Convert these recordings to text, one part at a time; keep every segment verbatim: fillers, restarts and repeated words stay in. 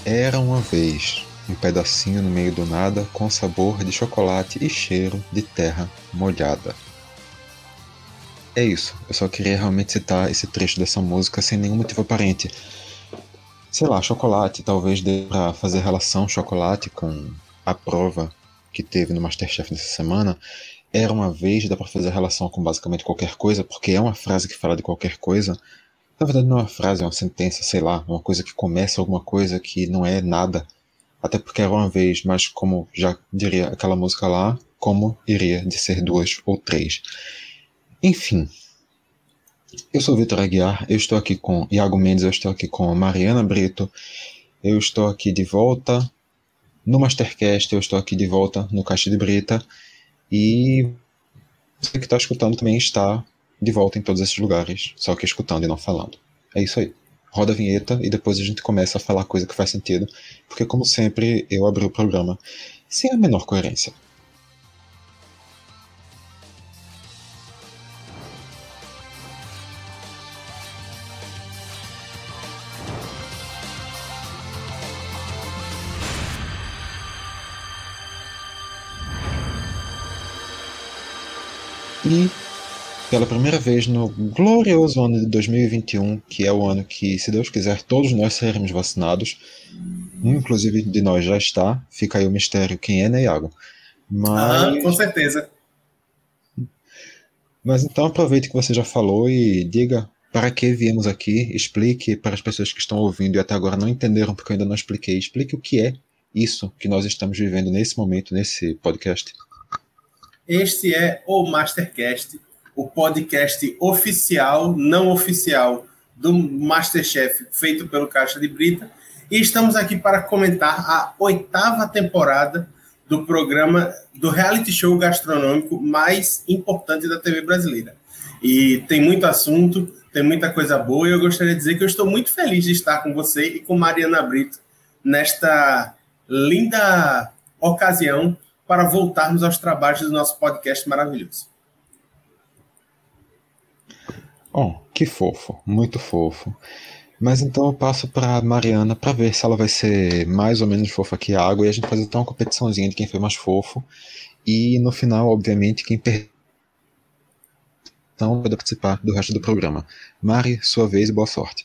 Era uma vez um pedacinho no meio do nada com sabor de chocolate e cheiro de terra molhada. É isso, eu só queria realmente citar esse trecho dessa música sem nenhum motivo aparente. Sei lá, chocolate, talvez dê pra fazer relação chocolate com a prova que teve no MasterChef nessa semana. Era uma vez, dá pra fazer relação com basicamente qualquer coisa, porque é uma frase que fala de qualquer coisa. Na verdade não é uma frase, é uma sentença, sei lá, uma coisa que começa alguma coisa que não é nada. Até porque era uma vez, mas como já diria aquela música lá, como iria de ser duas ou três. Enfim, eu sou Vitor Aguiar, eu estou aqui com Iago Mendes, eu estou aqui com Mariana Brito, eu estou aqui de volta no Mastercast, eu estou aqui de volta no Caixa de Brita, e você que está escutando também está de volta em todos esses lugares, só que escutando e não falando. É isso aí. Roda a vinheta e depois a gente começa a falar coisa que faz sentido, porque como sempre eu abri o programa sem a menor coerência. E pela primeira vez no glorioso ano de dois mil e vinte e um, que é o ano que, se Deus quiser, todos nós seremos vacinados, um inclusive de nós já está, fica aí o mistério quem é, né, Iago? Mas... Aham, com certeza. Mas então aproveite que você já falou e diga para que viemos aqui, explique para as pessoas que estão ouvindo e até agora não entenderam porque eu ainda não expliquei, explique o que é isso que nós estamos vivendo nesse momento, nesse podcast. Este é o Mastercast, o podcast oficial, não oficial, do Masterchef, feito pelo Caixa de Brita. E estamos aqui para comentar a oitava temporada do programa, do reality show gastronômico mais importante da T V brasileira. E tem muito assunto, tem muita coisa boa, e eu gostaria de dizer que eu estou muito feliz de estar com você e com Mariana Brito nesta linda ocasião para voltarmos aos trabalhos do nosso podcast maravilhoso. Oh, que fofo, muito fofo. Mas então eu passo para Mariana para ver se ela vai ser mais ou menos fofa que a água e a gente faz então uma competiçãozinha de quem foi mais fofo. E no final, obviamente, quem perder então pode participar do resto do programa. Mari, sua vez e boa sorte.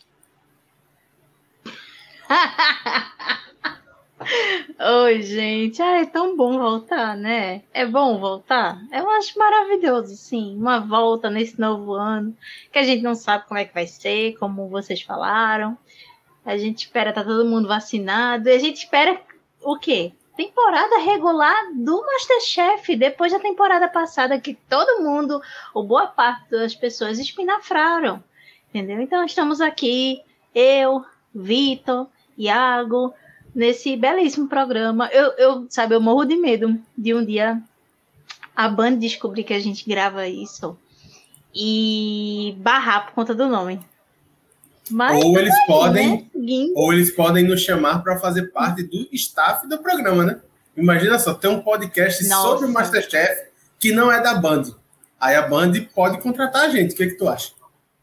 Oi, gente. Ah, é tão bom voltar, né? É bom voltar? Eu acho maravilhoso, sim. Uma volta nesse novo ano, que a gente não sabe como é que vai ser, como vocês falaram. A gente espera estar todo mundo vacinado. E a gente espera o quê? Temporada regular do Masterchef, depois da temporada passada, que todo mundo, ou boa parte das pessoas, espinafraram. Entendeu? Então, estamos aqui, eu, Vitor, Iago, nesse belíssimo programa. Eu, eu, sabe, eu morro de medo de um dia a Band descobrir que a gente grava isso e barrar por conta do nome. Mas ou eles aí, podem, né? ou eles podem nos chamar para fazer parte do staff do programa, né? Imagina só, tem um podcast Nossa. sobre o Masterchef que não é da Band. Aí a Band pode contratar a gente. O que, que tu acha?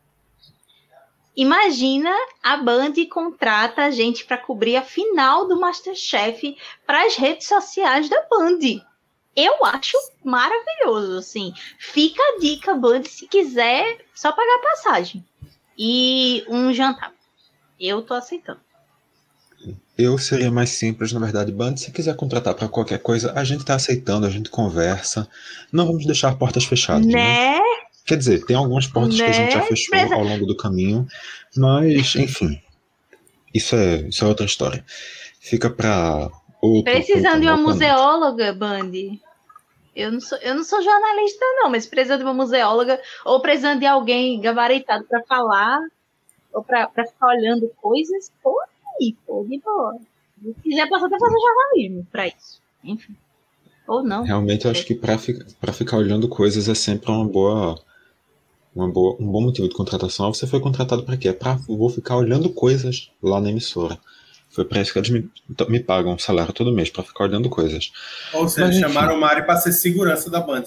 Imagina a Band contrata a gente para cobrir a final do Masterchef para as redes sociais da Band. Eu acho maravilhoso, assim. Fica a dica, Band, se quiser, só pagar a passagem. E um jantar. Eu tô aceitando. Eu seria mais simples, na verdade, Band, se quiser contratar para qualquer coisa, a gente tá aceitando, a gente conversa. Não vamos deixar portas fechadas, né? Né? Quer dizer, tem algumas portas né? que a gente já fechou Presa... ao longo do caminho, mas, enfim, isso é, isso é outra história. Fica para outro... Precisando de uma outro museóloga, Band. Eu não, sou, eu não sou jornalista, não, mas precisando de uma museóloga ou precisando de alguém gabaritado para falar ou para ficar olhando coisas, pô, aí, pô, de boa. Se quiser, posso até fazer jornalismo para isso. Enfim. Ou não. Realmente, eu acho que para ficar, ficar olhando coisas é sempre uma boa... Uma boa, um bom motivo de contratação. Você foi contratado para quê? Para vou ficar olhando coisas lá na emissora. Foi para isso que eles me, me pagam um salário todo mês, para ficar olhando coisas. Ou seja, mas, chamaram o Mari para ser segurança da Band.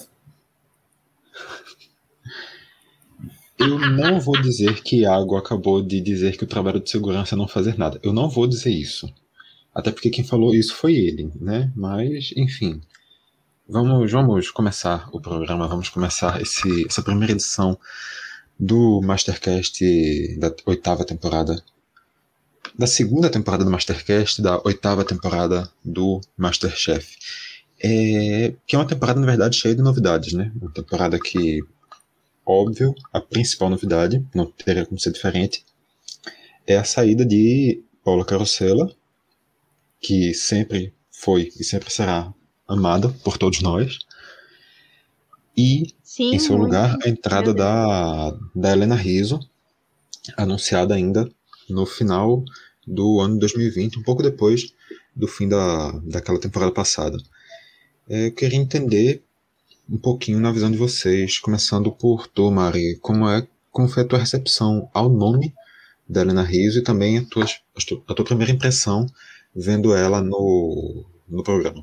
Eu não vou dizer que Iago acabou de dizer que o trabalho de segurança é não fazer nada. Eu não vou dizer isso. Até porque quem falou isso foi ele, né? Mas, enfim, vamos, vamos começar o programa, vamos começar esse, essa primeira edição do Mastercast da oitava temporada, da segunda temporada do Mastercast, da oitava temporada do Masterchef. É, que é uma temporada, na verdade, cheia de novidades, né? Uma temporada que, óbvio, a principal novidade, não teria como ser diferente, é a saída de Paula Carosella, que sempre foi e sempre será amada por todos nós, e, Sim, em seu muito. lugar, a entrada da, da Helena Rizzo, anunciada ainda no final do ano dois mil e vinte, um pouco depois do fim da, daquela temporada passada. É, eu queria entender um pouquinho na visão de vocês, começando por tu, Mari, como, é, como foi a tua recepção ao nome da Helena Rizzo e também a tua, a tua primeira impressão vendo ela no, no programa.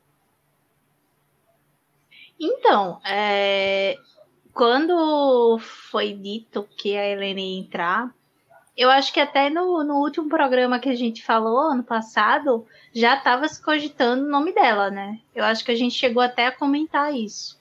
Então, é, quando foi dito que a Helena ia entrar, eu acho que até no, no último programa que a gente falou, ano passado, já estava se cogitando o nome dela, né? Eu acho que a gente chegou até a comentar isso.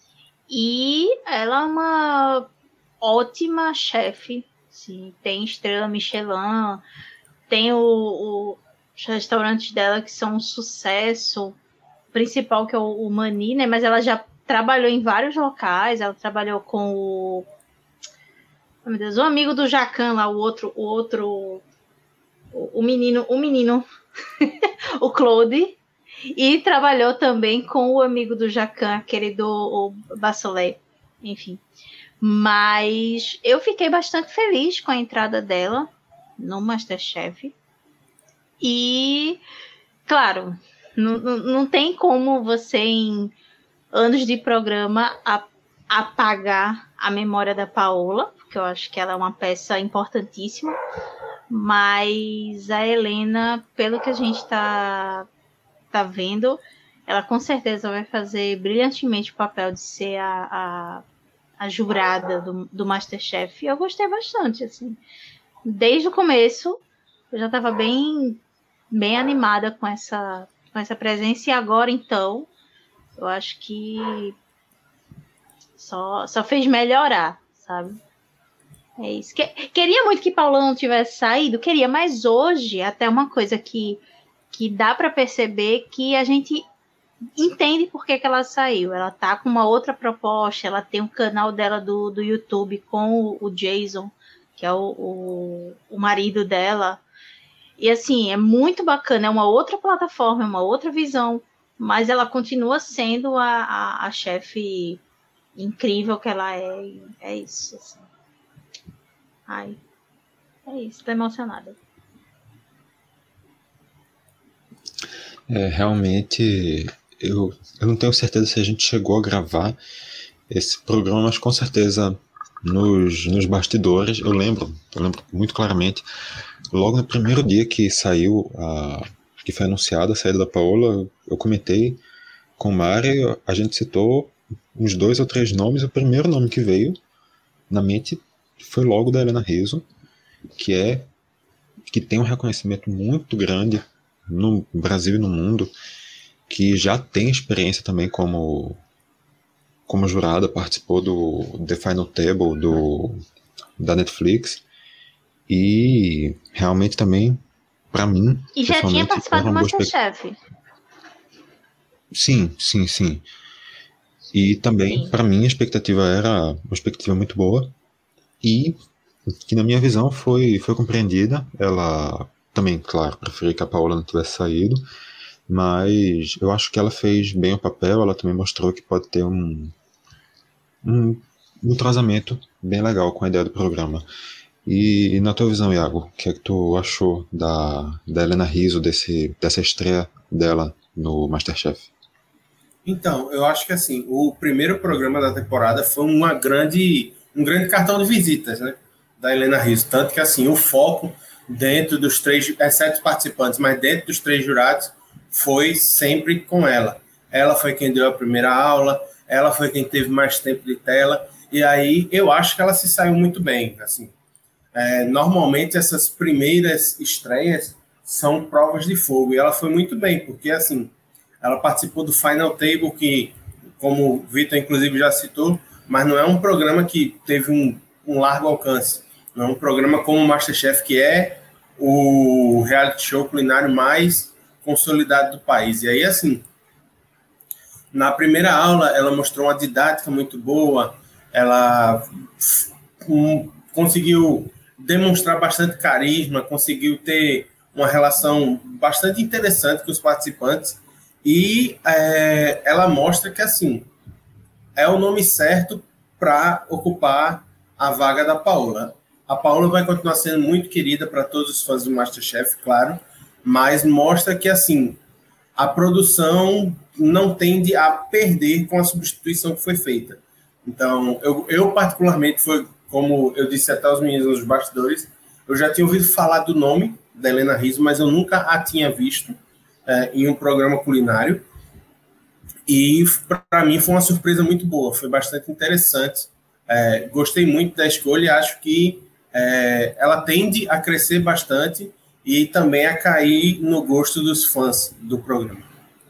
E ela é uma ótima chefe, sim, tem estrela Michelin, tem o, o, os restaurantes dela que são um sucesso, o principal que é o, o Mani, né? Mas ela já trabalhou em vários locais, ela trabalhou com o Oh, meu Deus, o amigo do Jacan lá, o outro, o outro, o, o menino, o menino, o Claude, e trabalhou também com o amigo do Jacan, aquele do o Bassolé, enfim. Mas eu fiquei bastante feliz com a entrada dela no Masterchef. E, claro, não, não, não tem como você, em anos de programa, a, apagar a memória da Paola, porque eu acho que ela é uma peça importantíssima, mas a Helena, pelo que a gente está tá vendo, ela com certeza vai fazer brilhantemente o papel de ser a, a, a jurada do, do Masterchef, e eu gostei bastante, assim. Desde o começo, eu já estava bem, bem animada com essa, com essa presença, e agora, então, eu acho que só, só fez melhorar, sabe? É isso. Que, queria muito que Paula não tivesse saído, queria, mas hoje, até uma coisa que, que dá para perceber que a gente entende por que, que ela saiu. Ela tá com uma outra proposta, ela tem um canal dela do, do YouTube com o, o Jason, que é o, o, o marido dela. E assim, é muito bacana, é uma outra plataforma, é uma outra visão, mas ela continua sendo a, a, a chefe incrível que ela é. É isso, assim. Ai, é isso, tô emocionada. É, realmente, eu, eu não tenho certeza se a gente chegou a gravar esse programa, mas com certeza nos, nos bastidores, eu lembro, eu lembro muito claramente, logo no primeiro dia que saiu, a, que foi anunciada a saída da Paola, eu comentei com o Mari, a gente citou uns dois ou três nomes, o primeiro nome que veio na mente foi logo da Helena Rizzo, que é que tem um reconhecimento muito grande no Brasil e no mundo, que já tem experiência também como como jurada, participou do The Final Table do, da Netflix, e realmente também, para mim, e já tinha participado do Masterchef. Sim, sim, sim. E também, para mim, a expectativa era uma expectativa muito boa, e que na minha visão foi, foi compreendida. Ela também, claro, preferia que a Paola não tivesse saído, mas eu acho que ela fez bem o papel. Ela também mostrou que pode ter um um, um tratamento bem legal com a ideia do programa. E, e na tua visão, Iago, o que é que tu achou da, da Helena Rizzo, desse, dessa estreia dela no Masterchef? Então, eu acho que assim, o primeiro programa da temporada foi uma grande, um grande cartão de visitas, né, da Helena Rizzo. Tanto que assim, o foco dentro dos três, é sete participantes, mas dentro dos três jurados, foi sempre com ela. Ela foi quem deu a primeira aula, ela foi quem teve mais tempo de tela, e aí eu acho que ela se saiu muito bem. Assim, é, normalmente essas primeiras estreias são provas de fogo. E ela foi muito bem, porque assim, ela participou do Final Table, que, como o Vitor inclusive já citou, mas não é um programa que teve um, um largo alcance. Não é um programa como o MasterChef, que é o reality show culinário mais consolidado do país. E aí, assim, na primeira aula, ela mostrou uma didática muito boa, ela um, conseguiu demonstrar bastante carisma, conseguiu ter uma relação bastante interessante com os participantes, e é, ela mostra que, assim, é o nome certo para ocupar a vaga da Paola. A Paola vai continuar sendo muito querida para todos os fãs do MasterChef, claro, mas mostra que, assim, a produção não tende a perder com a substituição que foi feita. Então, eu, eu particularmente, foi como eu disse até aos meninos nos bastidores, eu já tinha ouvido falar do nome da Helena Rizzo, mas eu nunca a tinha visto é, em um programa culinário. E, para mim, foi uma surpresa muito boa, foi bastante interessante. É, gostei muito da escolha e acho que é, ela tende a crescer bastante e também a cair no gosto dos fãs do programa.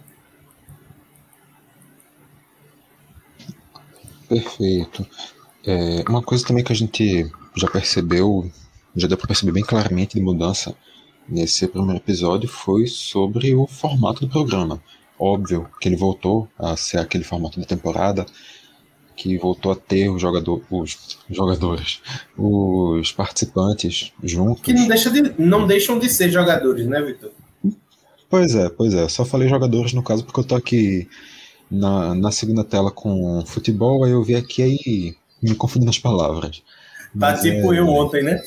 Perfeito. É, uma coisa também que a gente já percebeu, já deu para perceber bem claramente de mudança nesse primeiro episódio, foi sobre o formato do programa. Óbvio que ele voltou a ser aquele formato da temporada, que voltou a ter o jogador, os jogadores, os participantes juntos. Que não, deixa de, não deixam de ser jogadores, né, Vitor? Pois é, pois é. Só falei jogadores no caso porque eu tô aqui na, na segunda tela com futebol, aí eu vi aqui aí me confundi nas palavras. Tá tipo é... eu ontem, né?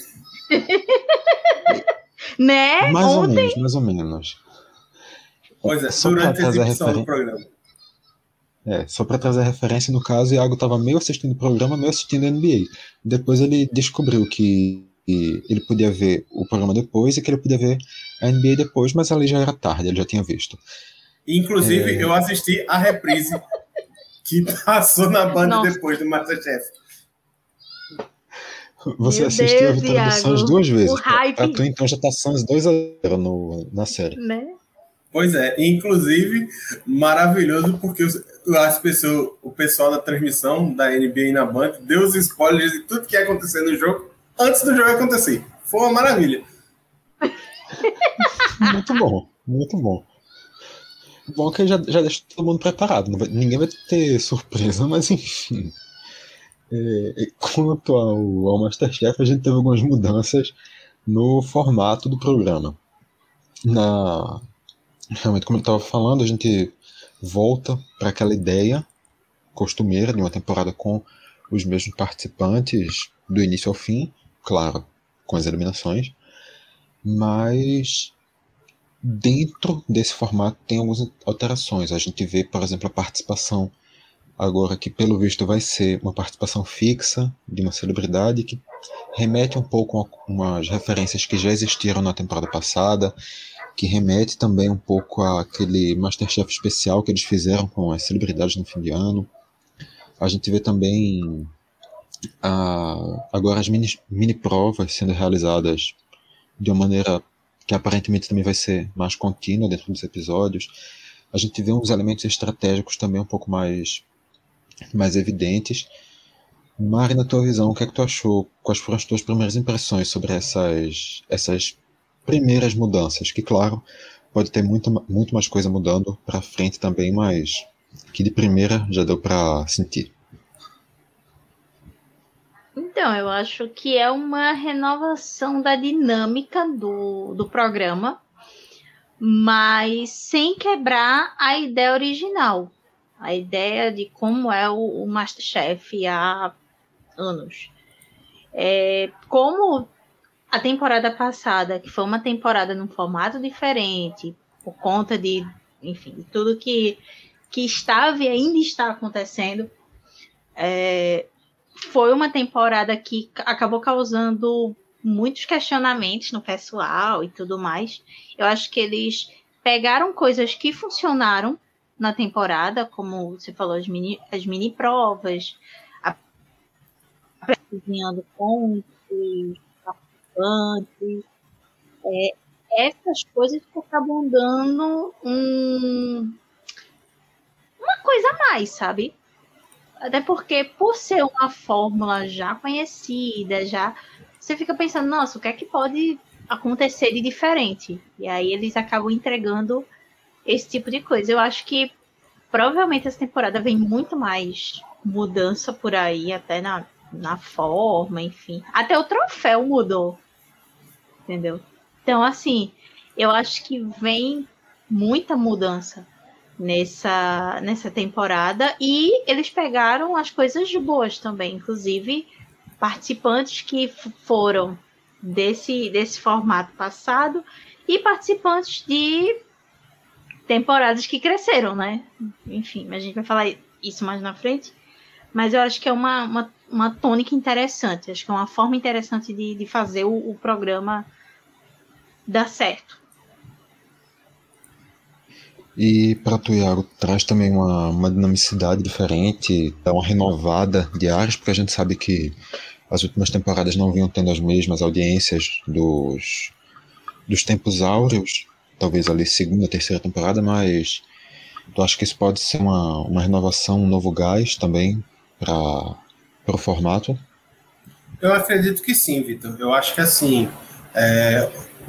Né? Mais ontem? ou menos, mais ou menos. Pois é, só durante a exibição referen... do programa. É, só para trazer a referência, no caso, Iago estava meio assistindo o programa, meio assistindo a N B A. Depois ele descobriu que ele podia ver o programa depois e que ele podia ver a N B A depois, mas ali já era tarde, ele já tinha visto. Inclusive, é... eu assisti a reprise que passou na Band Nossa. depois do MasterChef. Você Meu assistiu Deus, a Vitória dos Suns Iago. duas vezes. O hype. A tua então já tá Suns dois a zero no, na série. Né? Pois é, inclusive, maravilhoso, porque as pessoas, o pessoal da transmissão da N B A na Band deu os spoilers de tudo que ia acontecer no jogo antes do jogo acontecer. Foi uma maravilha. Muito bom, muito bom. Bom que já, já deixa todo mundo preparado. Não vai, ninguém vai ter surpresa, mas enfim. É, quanto ao, ao MasterChef, a gente teve algumas mudanças no formato do programa. Na, realmente, como eu estava falando, a gente volta para aquela ideia costumeira de uma temporada com os mesmos participantes do início ao fim, claro, com as eliminações, mas dentro desse formato tem algumas alterações. A gente vê, por exemplo, a participação agora que, pelo visto, vai ser uma participação fixa de uma celebridade que remete um pouco a umas referências que já existiram na temporada passada, que remete também um pouco àquele MasterChef especial que eles fizeram com as celebridades no fim de ano. A gente vê também a, agora as mini, mini provas sendo realizadas de uma maneira que aparentemente também vai ser mais contínua dentro dos episódios. A gente vê uns elementos estratégicos também um pouco mais, mais evidentes. Mari, na tua visão, o que é que tu achou? Quais foram as tuas primeiras impressões sobre essas, essas primeiras mudanças? Que, claro, pode ter muito, muito mais coisa mudando para frente também, mas que de primeira já deu para sentir. Então, eu acho que é uma renovação da dinâmica do, do programa, mas sem quebrar a ideia original, a ideia de como é o, o MasterChef há anos. É, como a temporada passada, que foi uma temporada num formato diferente, por conta de, enfim, de tudo que, que estava e ainda está acontecendo, é, foi uma temporada que acabou causando muitos questionamentos no pessoal e tudo mais. Eu acho que eles pegaram coisas que funcionaram na temporada, como você falou, as mini, as mini provas, a cozinhando com os participantes, é, essas coisas que acabam dando um, uma coisa a mais, sabe? Até porque, por ser uma fórmula já conhecida, já você fica pensando, nossa, o que é que pode acontecer de diferente? E aí eles acabam entregando esse tipo de coisa. Eu acho que provavelmente essa temporada vem muito mais mudança por aí, até na, na forma, enfim. Até o troféu mudou, entendeu? Então, assim, eu acho que vem muita mudança nessa, nessa temporada, e eles pegaram as coisas boas também, inclusive participantes que foram desse, desse formato passado e participantes de temporadas que cresceram, né? Enfim, a gente vai falar isso mais na frente, mas eu acho que é uma, uma, uma tônica interessante, acho que é uma forma interessante de, de fazer o, o programa dar certo. E para tu, Iago, traz também uma, uma dinamicidade diferente, dá uma renovada de áreas, porque a gente sabe que as últimas temporadas não vinham tendo as mesmas audiências dos, dos tempos áureos, talvez ali segunda, terceira temporada, mas tu acha que isso pode ser uma, uma renovação, um novo gás também para o formato? Eu acredito que sim, Vitor. Eu acho que assim, é,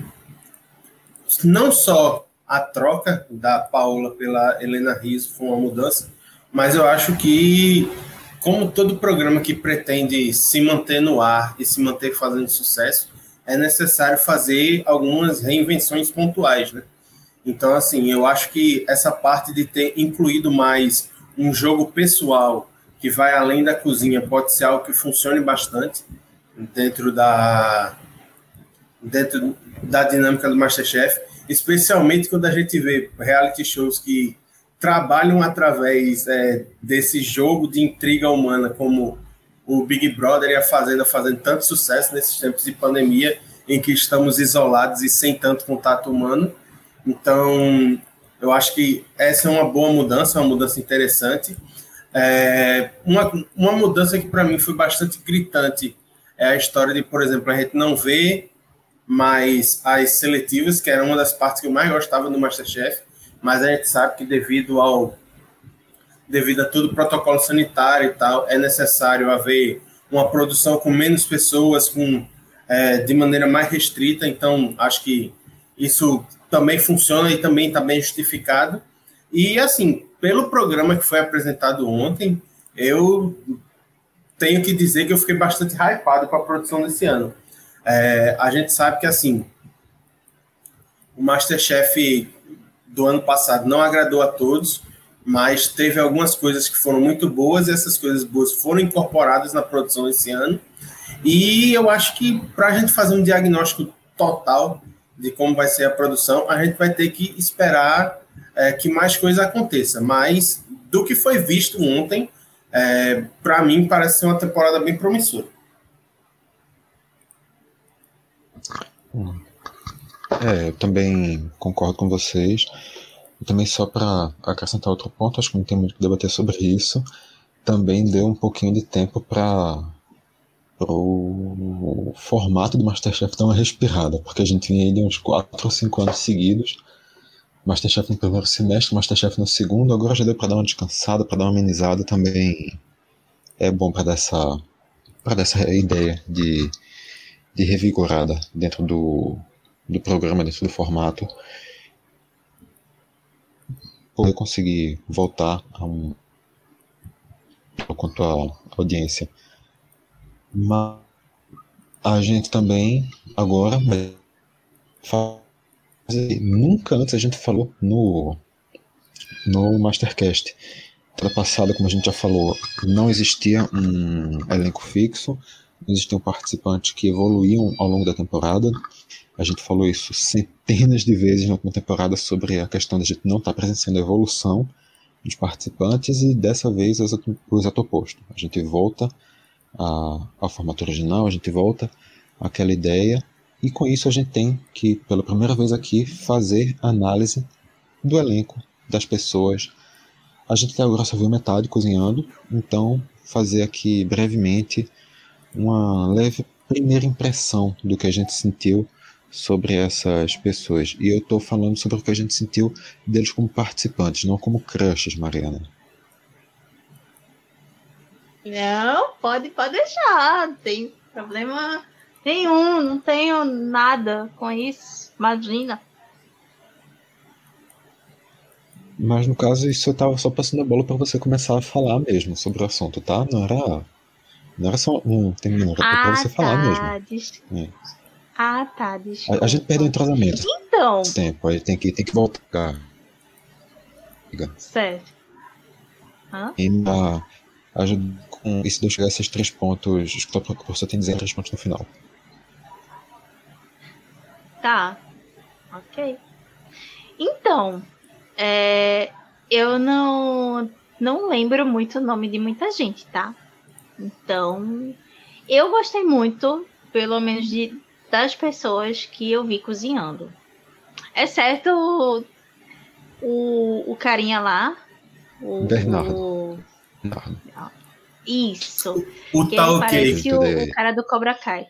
não só a troca da Paola pela Helena Rizzo foi uma mudança, mas eu acho que, como todo programa que pretende se manter no ar e se manter fazendo sucesso, é necessário fazer algumas reinvenções pontuais, né? Então, assim, eu acho que essa parte de ter incluído mais um jogo pessoal que vai além da cozinha pode ser algo que funcione bastante dentro da, dentro da dinâmica do MasterChef, especialmente quando a gente vê reality shows que trabalham através é, desse jogo de intriga humana, como o Big Brother e a Fazenda fazendo tanto sucesso nesses tempos de pandemia, em que estamos isolados e sem tanto contato humano. Então, eu acho que essa é uma boa mudança, uma mudança interessante. É, uma, uma mudança que para mim foi bastante gritante é a história de, por exemplo, a gente não vê mais as seletivas, que era uma das partes que eu mais gostava do MasterChef, mas a gente sabe que devido ao devido a todo o protocolo sanitário e tal, é necessário haver uma produção com menos pessoas, com, é, de maneira mais restrita. Então, acho que isso também funciona e também está bem justificado. E, assim, pelo programa que foi apresentado ontem, eu tenho que dizer que eu fiquei bastante hypado com a produção desse ano. É, a gente sabe que, assim, o MasterChef do ano passado não agradou a todos, mas teve algumas coisas que foram muito boas, e essas coisas boas foram incorporadas na produção esse ano. E eu acho que, para a gente fazer um diagnóstico total de como vai ser a produção, a gente vai ter que esperar é, que mais coisa aconteça. Mas, do que foi visto ontem, é, para mim, parece ser uma temporada bem promissora. É, eu também concordo com vocês. E também, só para acrescentar outro ponto, acho que não tem muito que debater sobre isso, também deu um pouquinho de tempo para o formato do MasterChef dar uma respirada, porque a gente vinha aí uns quatro ou cinco anos seguidos, MasterChef no primeiro semestre, MasterChef no segundo, agora já deu para dar uma descansada, para dar uma amenizada. Também é bom para dar essa, para dar essa ideia de, de revigorada dentro do, do programa, dentro do formato, poder conseguir voltar a um quanto à audiência. Mas a gente também agora vai fazer, nunca antes a gente falou no no Mastercast. Na passada, como a gente já falou, não existia um elenco fixo, existiam participantes que evoluíam ao longo da temporada. A gente falou isso centenas de vezes na última temporada sobre a questão de a gente não estar presenciando a evolução dos participantes, e dessa vez o exato oposto. A gente volta a, ao formato original, a gente volta àquela ideia, e com isso a gente tem que, pela primeira vez aqui, fazer análise do elenco, das pessoas. A gente até agora só viu metade cozinhando, então fazer aqui brevemente uma leve primeira impressão do que a gente sentiu sobre essas pessoas. E eu tô falando sobre o que a gente sentiu deles como participantes, não como crushes, Mariana. Não, pode, pode deixar. Não tem problema nenhum. Não tenho nada com isso. Imagina. Mas no caso, isso eu tava só passando a bola pra você começar a falar mesmo sobre o assunto, tá? Não era, não era só um terminando, era pra Ah, você tá. falar mesmo. Des... É. Ah, tá. Desculpa. A, a gente perdeu o entrosamento. Então. Esse tempo, aí tem que, tem que voltar. Certo. Hã? E na, ajuda com isso de eu chegar a esses três pontos, acho que o professor tem que dizer três pontos no final. Tá. Ok. Então, é, eu não, não lembro muito o nome de muita gente, tá? Então, eu gostei muito, pelo menos de, das pessoas que eu vi cozinhando. Exceto o, o, o carinha lá. O, Bernardo. O... Bernardo. Isso. O que tal ele parece que- o, o cara do Cobra Kai.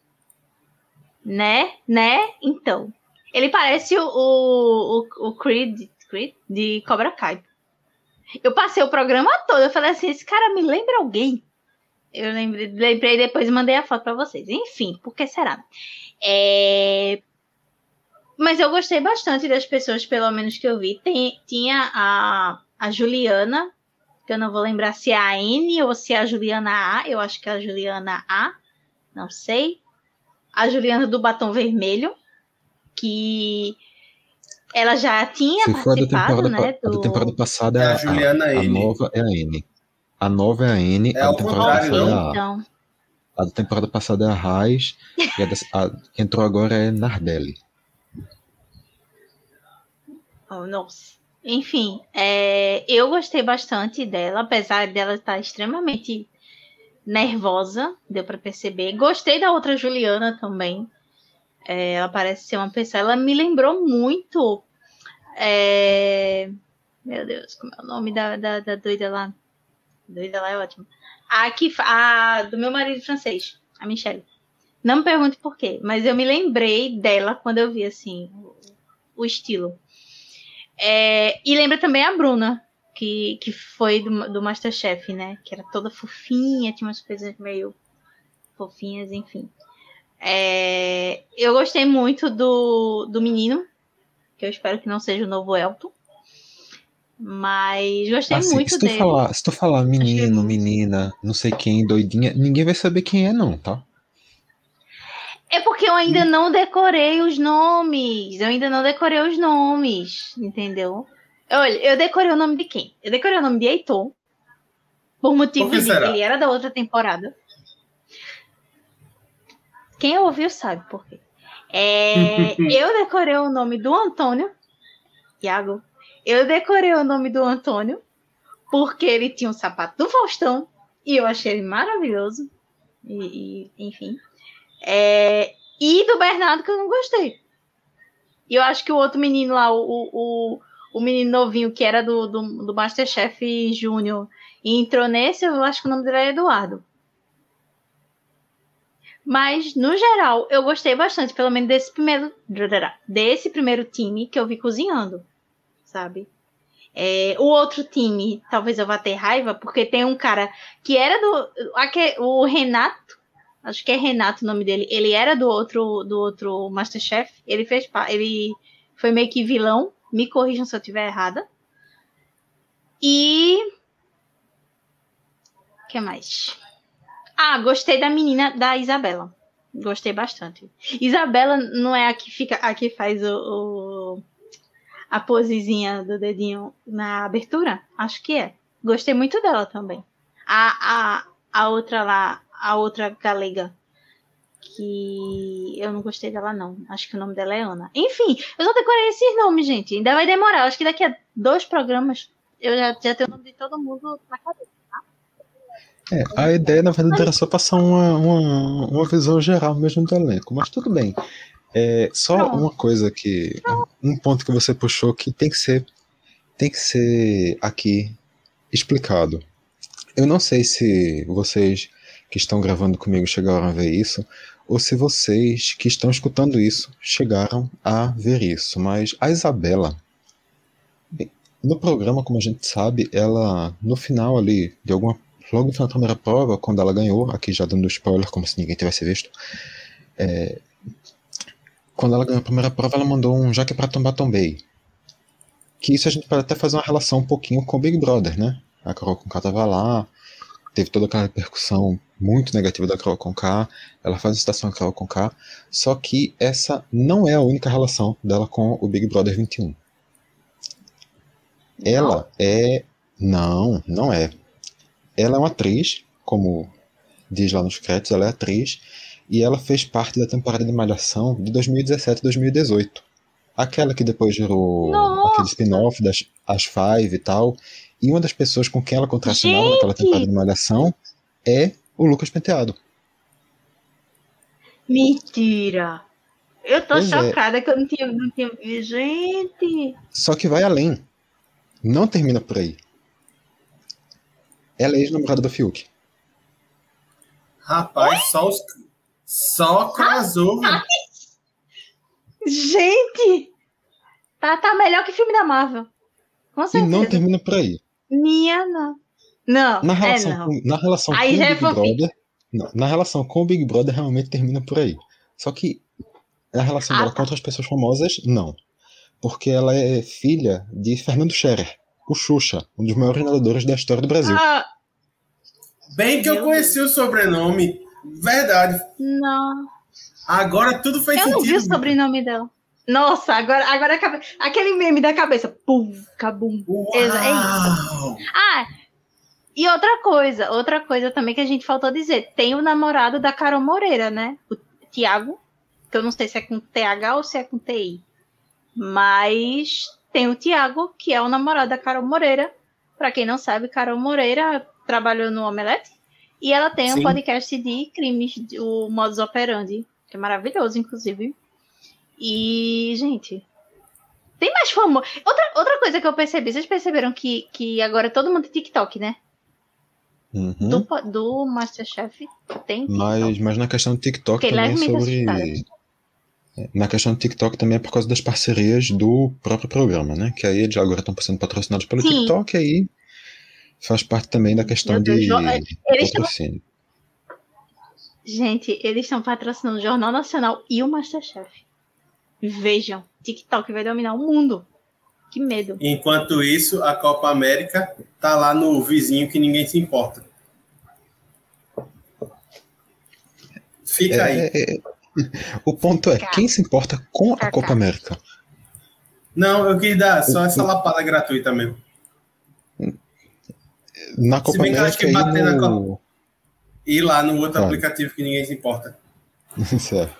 Né? Né? Então. Ele parece o, o, o Creed, Creed de Cobra Kai. Eu passei o programa todo, eu falei assim, esse cara me lembra alguém? Eu lembrei, lembrei depois e mandei a foto pra vocês. Enfim, por que será? É... Mas eu gostei bastante das pessoas, pelo menos que eu vi. Tem, tinha a, a Juliana, que eu não vou lembrar se é a N ou se é a Juliana A. Eu acho que é a Juliana A, não sei. A Juliana do Batom Vermelho, que ela já tinha Se for a da participado, temporada, né? pa- a da Do... temporada passada É é a a, Juliana a, a N. nova é a N. A nova é a N, É a ao da temporada contrário, passada é não? a A. Então, A da temporada passada é a Raiz e a, da, a que entrou agora é Nardelli. oh, nossa. Enfim, é, eu gostei bastante dela, apesar dela estar extremamente nervosa, deu para perceber. Gostei da outra Juliana também. É, ela parece ser uma pessoa. Ela me lembrou muito. É, meu Deus, como é o nome da, da, da doida lá? Doida lá é ótimo. A, que, a do meu marido francês, a Michelle. Não me pergunte por quê, mas eu me lembrei dela quando eu vi assim o, o estilo. É, e lembra também a Bruna, que, que foi do, do Masterchef, né? Que era toda fofinha, tinha umas coisas meio fofinhas, enfim. É, eu gostei muito do, do menino, que eu espero que não seja o novo Elton. Mas gostei Assim, muito se tu dele. falar, se tu falar menino, Achei- menina, não sei quem, doidinha, ninguém vai saber quem é não, tá? É porque eu ainda não decorei os nomes. Eu ainda não decorei os nomes, entendeu? Olha, eu decorei o nome de quem? Eu decorei o nome de Heitor. Por motivos Por que de será? ele era da outra temporada. Quem ouviu sabe por quê. É, eu decorei o nome do Antônio. Iago. Eu decorei o nome do Antônio porque ele tinha um sapato do Faustão e eu achei ele maravilhoso. E, e, enfim. É, e do Bernardo, que eu não gostei. E eu acho que o outro menino lá, o, o, o menino novinho que era do, do, do Masterchef Júnior e entrou nesse, eu acho que o nome dele é Eduardo. Mas, no geral, eu gostei bastante, pelo menos desse primeiro, desse primeiro time que eu vi cozinhando, sabe? É, o outro time, talvez eu vá ter raiva, porque tem um cara que era do... O Renato, acho que é Renato o nome dele, ele era do outro, do outro Masterchef, ele fez, ele foi meio que vilão, me corrijam se eu estiver errada. E... o que mais? Ah, gostei da menina, da Isabela. Gostei bastante. Isabela não é a que fica, a que faz o, o a posezinha do dedinho na abertura? Acho que é. Gostei muito dela também. A, a, a outra lá, a outra galega, que eu não gostei dela não. Acho que o nome dela é Ana. Enfim, eu só decorei esses nomes, gente. Ainda vai demorar. Acho que daqui a dois programas eu já, já tenho o nome de todo mundo na cabeça. É, a ideia, na verdade, era só passar uma, uma, uma visão geral mesmo do elenco, mas tudo bem. É, só Pronto. uma coisa que. Um ponto que você puxou que tem que ser, tem que ser aqui explicado. Eu não sei se vocês que estão gravando comigo chegaram a ver isso, ou se vocês que estão escutando isso chegaram a ver isso. Mas a Isabela, no programa, como a gente sabe, ela, no final ali, de alguma, logo no final da primeira prova, quando ela ganhou, aqui já dando spoiler, como se ninguém tivesse visto, é, quando ela ganhou a primeira prova, ela mandou um já que é pra tombar, tombei. Que isso a gente pode até fazer uma relação um pouquinho com o Big Brother, né? A Carol Conká tava lá, teve toda aquela repercussão muito negativa da Carol Conká, ela faz uma citação à Carol Conká, só que essa não é a única relação dela com o Big Brother vinte e um. Ela é... Não, não é. Ela é uma atriz, como diz lá nos créditos, ela é atriz, e ela fez parte da temporada de Malhação de dois mil e dezessete e dois mil e dezoito. Aquela que depois gerou Nossa. aquele spin-off das As Five e tal. E uma das pessoas com quem ela contracenava Gente. naquela temporada de Malhação é o Lucas Penteado. Mentira! Eu tô Pois é. chocada que eu não tinha, não tinha visto. Gente! Só que vai além. Não termina por aí. Ela é ex-namorada do Fiuk. Rapaz, só os. Só crossover. Gente! Tá, tá melhor que filme da Marvel. Com E certeza. não termina por aí. Minha não. Não, Na é relação, não. com, na relação Aí com o já é Big fanfic. Brother. Não, na relação com o Big Brother realmente termina por aí. Só que a relação Ah, dela tá. com outras pessoas famosas, não. Porque ela é filha de Fernando Scherer, o Xuxa, um dos maiores nadadores da história do Brasil. Ah, Bem que eu Meu conheci o sobrenome. Verdade. não. Agora tudo faz Eu sentido. não vi o sobrenome dela. Nossa, agora, agora acabe- aquele meme da cabeça. Pum, cabum. Uau! Exa- É isso. Ah, e outra coisa, outra coisa também que a gente faltou dizer. Tem o namorado da Carol Moreira, né? O Tiago, que eu não sei se é com T H ou se é com T I. Mas tem o Tiago, que é o namorado da Carol Moreira. Pra quem não sabe, Carol Moreira trabalhou no Omelete. E ela tem Sim. um podcast de crimes, o Modus Operandi, que é maravilhoso, inclusive. E, gente, tem mais famoso. Outra, outra coisa que eu percebi, vocês perceberam que, que agora todo mundo tem TikTok, né? Uhum. Do, po- do Masterchef tem TikTok. Mas, mas na questão do TikTok Fiquei também é levemente sobre. Na questão do TikTok também é por causa das parcerias do próprio programa, né? Que aí eles agora estão sendo patrocinados pelo Sim. TikTok, aí faz parte também da questão Meu Deus, de jo- eles tão- patrocínio. Gente, eles estão patrocinando o Jornal Nacional e o Masterchef. Vejam, TikTok vai dominar o mundo. Que medo. Enquanto isso, a Copa América tá lá no vizinho que ninguém se importa. Fica aí. É, é, é, o ponto é, Cara. quem se importa com a Cara. Copa América? Não, eu quis dar só essa lapada gratuita mesmo. Na Copa bem que eu acho América que e bater na no... E lá no outro Claro. aplicativo que ninguém se importa. Certo.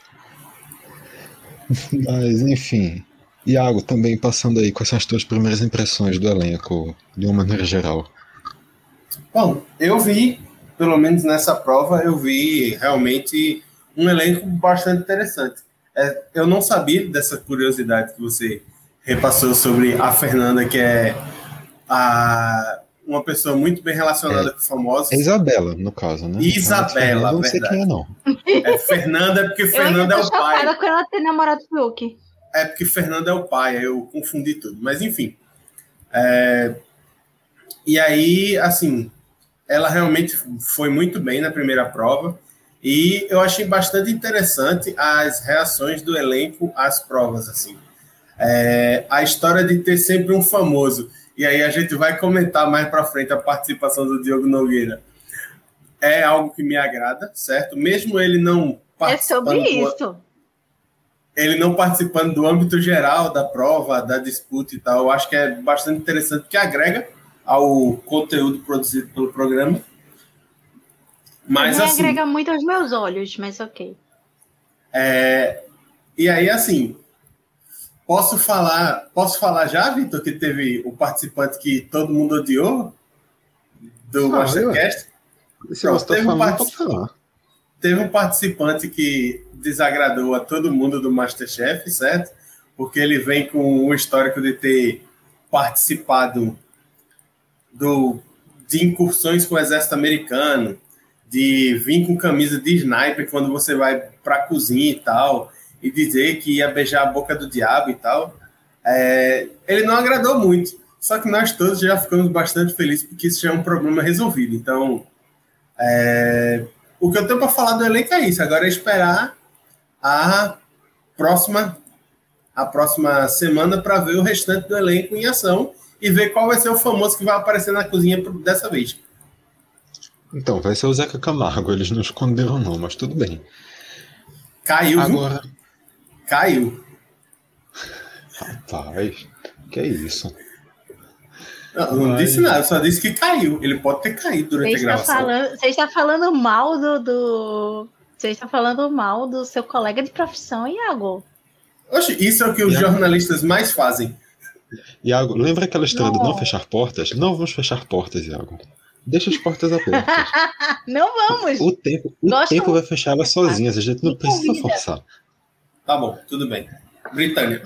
Mas, enfim. Iago, também passando aí, quais são as tuas primeiras impressões do elenco, de uma maneira geral? Bom, eu vi, pelo menos nessa prova, eu vi realmente um elenco bastante interessante. É, eu não sabia dessa curiosidade que você repassou sobre a Fernanda, que é a, uma pessoa muito bem relacionada É. com famosos. É Isabela, no caso, né? Isabela, eu não sei verdade. quem é, não. É Fernanda, é porque Eu Fernanda ainda é tô o pai. chocada com ela ter namorado com o Fiuk. É porque Fernando é o pai, aí eu confundi tudo. Mas, enfim. É... E aí, assim, ela realmente foi muito bem na primeira prova. E eu achei bastante interessante as reações do elenco às provas, assim. É... A história de ter sempre um famoso. E aí a gente vai comentar mais para frente a participação do Diogo Nogueira. É algo que me agrada, certo? Mesmo ele não É participando... sobre do- isso. ele não participando do âmbito geral da prova, da disputa e tal, eu acho que é bastante interessante, que agrega ao conteúdo produzido pelo programa. Mas, Me assim, agrega muito aos meus olhos, mas ok. é... e aí, assim, posso falar, posso falar já, Vitor, que teve o participante que todo mundo odiou do Ah, Mastercast? Se Pronto, você tá teve um falando, partic- pode falar. Teve um participante que desagradou a todo mundo do Masterchef, certo? Porque ele vem com o histórico de ter participado do, de incursões com o exército americano, de vir com camisa de sniper quando você vai pra cozinha e tal, e dizer que ia beijar a boca do diabo e tal, é, ele não agradou muito. Só que nós todos já ficamos bastante felizes porque isso já é um problema resolvido. Então, é, o que eu tenho para falar do elenco é isso. Agora é esperar a próxima, a próxima semana para ver o restante do elenco em ação e ver qual vai ser o famoso que vai aparecer na cozinha dessa vez. Então, vai ser o Zeca Camargo. Eles não esconderam não, mas tudo bem. Caiu, Agora... viu? Caiu. Rapaz, que é isso? Não, não Mas... disse nada, só disse que caiu. Ele pode ter caído durante Você a gravação. Falando, você está falando mal do, do... Você está falando mal do seu colega de profissão, Iago. Oxe, isso é o que os Iago. jornalistas mais fazem. Iago, lembra aquela história não. de não fechar portas? Não vamos fechar portas, Iago. Deixa as portas abertas. Não vamos. O tempo, o tempo vai fechar elas sozinhas. A gente não precisa forçar. Tá bom, tudo bem. Britânia.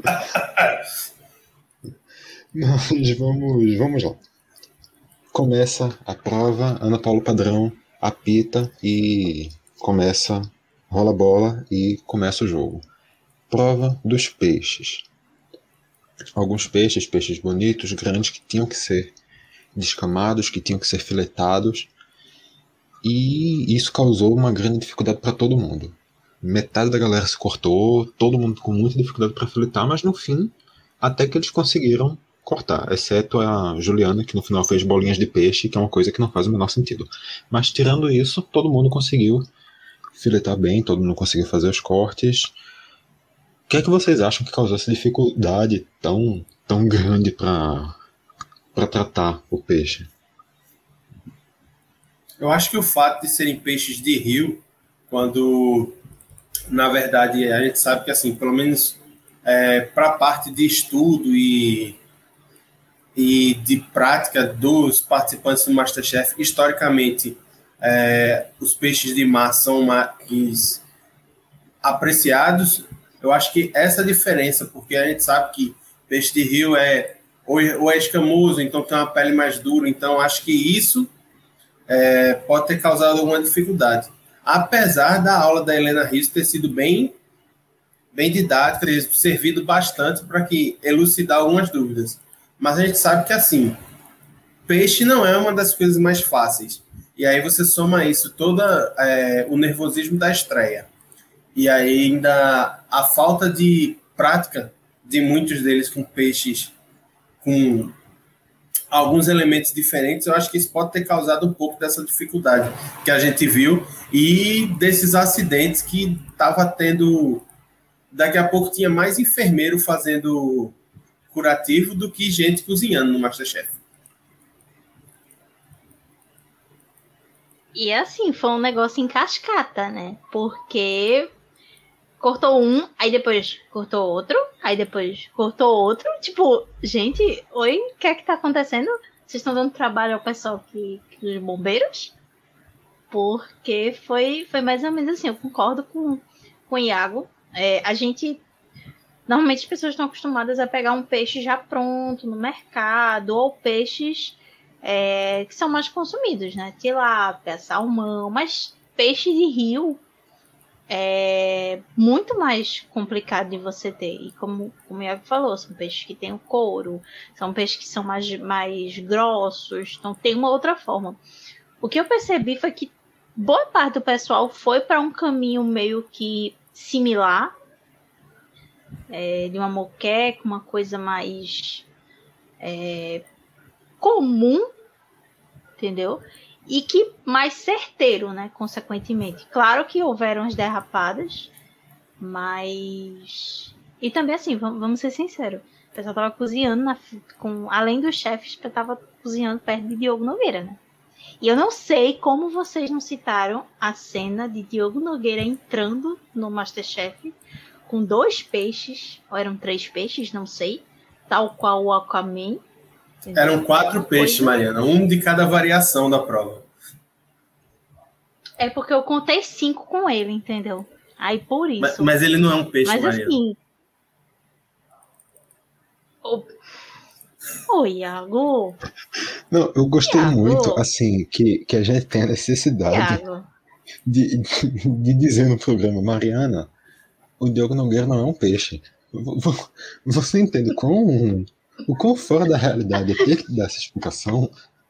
Mas vamos, vamos lá. Começa a prova, Ana Paula Padrão apita e começa, rola a bola e começa o jogo. Prova dos peixes. Alguns peixes, peixes bonitos, grandes, que tinham que ser descamados, que tinham que ser filetados. E isso causou uma grande dificuldade para todo mundo. Metade da galera se cortou, todo mundo com muita dificuldade para filetar, mas no fim, até que eles conseguiram cortar, exceto a Juliana, que no final fez bolinhas de peixe, que é uma coisa que não faz o menor sentido. Mas tirando isso, todo mundo conseguiu filetar bem, todo mundo conseguiu fazer os cortes. O que é que vocês acham que causou essa dificuldade tão, tão grande para para tratar o peixe? Eu acho que o fato de serem peixes de rio, quando na verdade a gente sabe que assim, pelo menos é, para a parte de estudo e, e de prática dos participantes do MasterChef, historicamente é, os peixes de mar são mais apreciados. Eu acho que essa diferença, porque a gente sabe que peixe de rio é ou é escamoso, então tem uma pele mais dura, então acho que isso é, pode ter causado alguma dificuldade. Apesar da aula da Helena Rios ter sido bem, bem didática, ter servido bastante para que elucidar algumas dúvidas. Mas a gente sabe que, assim, peixe não é uma das coisas mais fáceis. E aí você soma isso, todo é, o nervosismo da estreia. E aí ainda a falta de prática de muitos deles com peixes com alguns elementos diferentes, eu acho que isso pode ter causado um pouco dessa dificuldade que a gente viu e desses acidentes que estava tendo... Daqui a pouco tinha mais enfermeiro fazendo curativo do que gente cozinhando no MasterChef. E assim, foi um negócio em cascata, né? Porque cortou um, aí depois cortou outro, aí depois cortou outro. Tipo, gente, oi, o que é que tá acontecendo? Vocês estão dando trabalho ao pessoal que, que os bombeiros? Porque foi, foi mais ou menos assim, eu concordo com, com o Iago. É, a gente... Normalmente as pessoas estão acostumadas a pegar um peixe já pronto no mercado, ou peixes é, que são mais consumidos, né? Tilápia, salmão, mas peixe de rio é muito mais complicado de você ter. E como, como o Iago falou, são peixes que têm o couro, são peixes que são mais, mais grossos, então tem uma outra forma. O que eu percebi foi que boa parte do pessoal foi para um caminho meio que similar, é, de uma moqueca, uma coisa mais é, comum, entendeu? E que mais certeiro, né? Consequentemente. Claro que houveram as derrapadas, mas... E também assim, vamos, vamos ser sinceros, o pessoal tava cozinhando, na, com, além dos chefes, tava cozinhando perto de Diogo Nogueira, né? E eu não sei como vocês não citaram a cena de Diogo Nogueira entrando no MasterChef com dois peixes, ou eram três peixes, não sei, tal qual o Aquaman. Eram quatro peixes, Mariana, um de cada variação da prova. É porque eu contei cinco com ele, entendeu? Aí por isso. Mas, mas ele não é um peixe, mas, Mariana. Assim, o... Ô, Iago. Não, eu gostei Iago. muito, assim, que, que a gente tem a necessidade Iago. de, de dizer no programa, Mariana, o Diogo Nogueira não é um peixe. Você entende o quão, o quão fora da realidade é ter que dar essa explicação?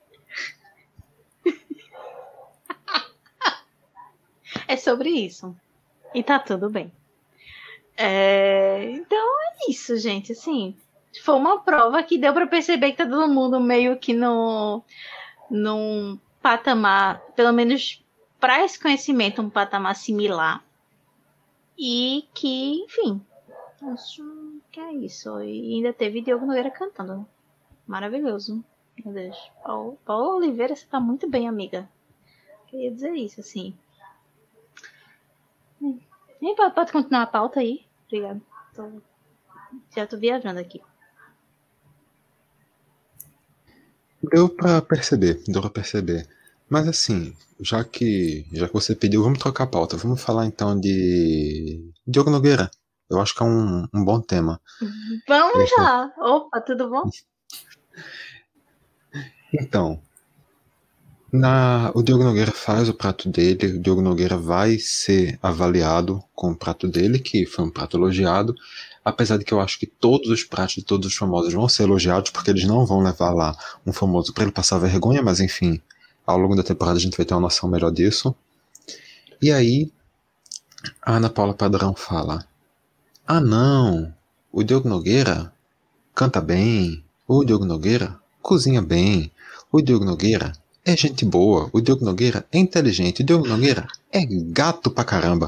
É sobre isso. E tá tudo bem. É... Então é isso, gente. Assim, foi uma prova que deu pra perceber que tá todo mundo meio que no, num patamar, pelo menos para esse conhecimento, um patamar similar. E que, enfim, acho que é isso. E ainda teve Diogo Nogueira cantando. Maravilhoso. Meu Deus. Paulo, Paulo Oliveira, você tá muito bem, amiga. Queria dizer isso, assim. E pode, pode continuar a pauta aí? Obrigada. Tô, já tô viajando aqui. Deu pra perceber, deu pra perceber. Mas assim, já que, já que você pediu, vamos trocar a pauta. Vamos falar então de Diogo Nogueira. Eu acho que é um, um bom tema. Vamos é, lá. Opa, tudo bom? Então, na, o Diogo Nogueira faz o prato dele, o Diogo Nogueira vai ser avaliado com o prato dele, que foi um prato elogiado, apesar de que eu acho que todos os pratos de todos os famosos vão ser elogiados, porque eles não vão levar lá um famoso para ele passar vergonha, mas enfim, ao longo da temporada a gente vai ter uma noção melhor disso. E aí, a Ana Paula Padrão fala, ah não, o Diogo Nogueira canta bem, o Diogo Nogueira cozinha bem, o Diogo Nogueira é gente boa, o Diogo Nogueira é inteligente, o Diogo Nogueira é gato pra caramba.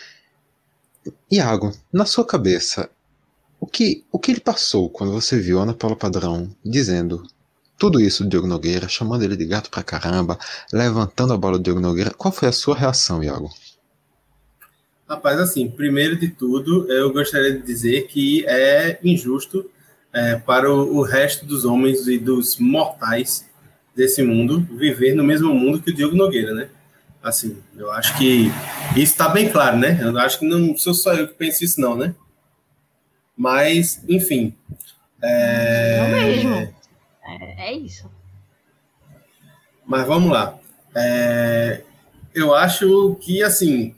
Iago, na sua cabeça, o que, o que ele passou quando você viu a Ana Paula Padrão dizendo tudo isso do Diogo Nogueira, chamando ele de gato pra caramba, levantando a bola do Diogo Nogueira? Qual foi a sua reação, Iago? Rapaz, assim, primeiro de tudo, eu gostaria de dizer que é injusto é, para o, o resto dos homens e dos mortais desse mundo viver no mesmo mundo que o Diogo Nogueira, né? Assim, eu acho que isso está bem claro, né? Eu acho que não sou só eu que penso isso, não, né? Mas, enfim. É, não mesmo. É, é isso. Mas vamos lá. É, eu acho que, assim,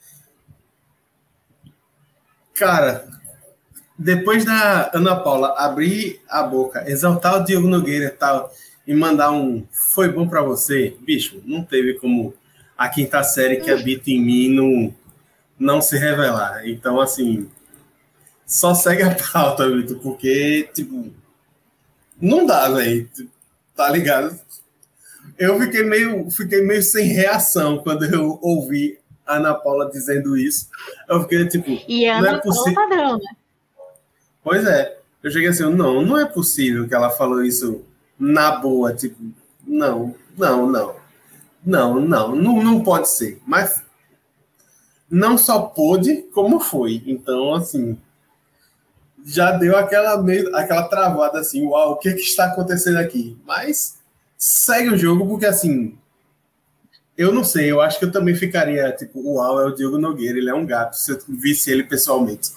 cara, depois da Ana Paula abrir a boca, exaltar o Diogo Nogueira e tal, e mandar um foi bom pra você, bicho, não teve como a quinta série que habita em mim não, não se revelar. Então, assim, só segue a pauta, Vitor, porque, tipo, não dá, velho, tá ligado? Eu fiquei meio, fiquei meio sem reação quando eu ouvi a Ana Paula dizendo isso. Eu fiquei, tipo, e a Ana Paula padrão, né? Pois é. Eu cheguei assim, não, não é possível que ela falou isso na boa, tipo, não, não, não, não, não, não, não pode ser. Mas não só pôde, como foi. Então, assim, já deu aquela, meio, aquela travada assim, uau, o que, que está acontecendo aqui? Mas segue o jogo, porque assim, eu não sei, eu acho que eu também ficaria, tipo, uau, é o Diogo Nogueira, ele é um gato, se eu visse ele pessoalmente.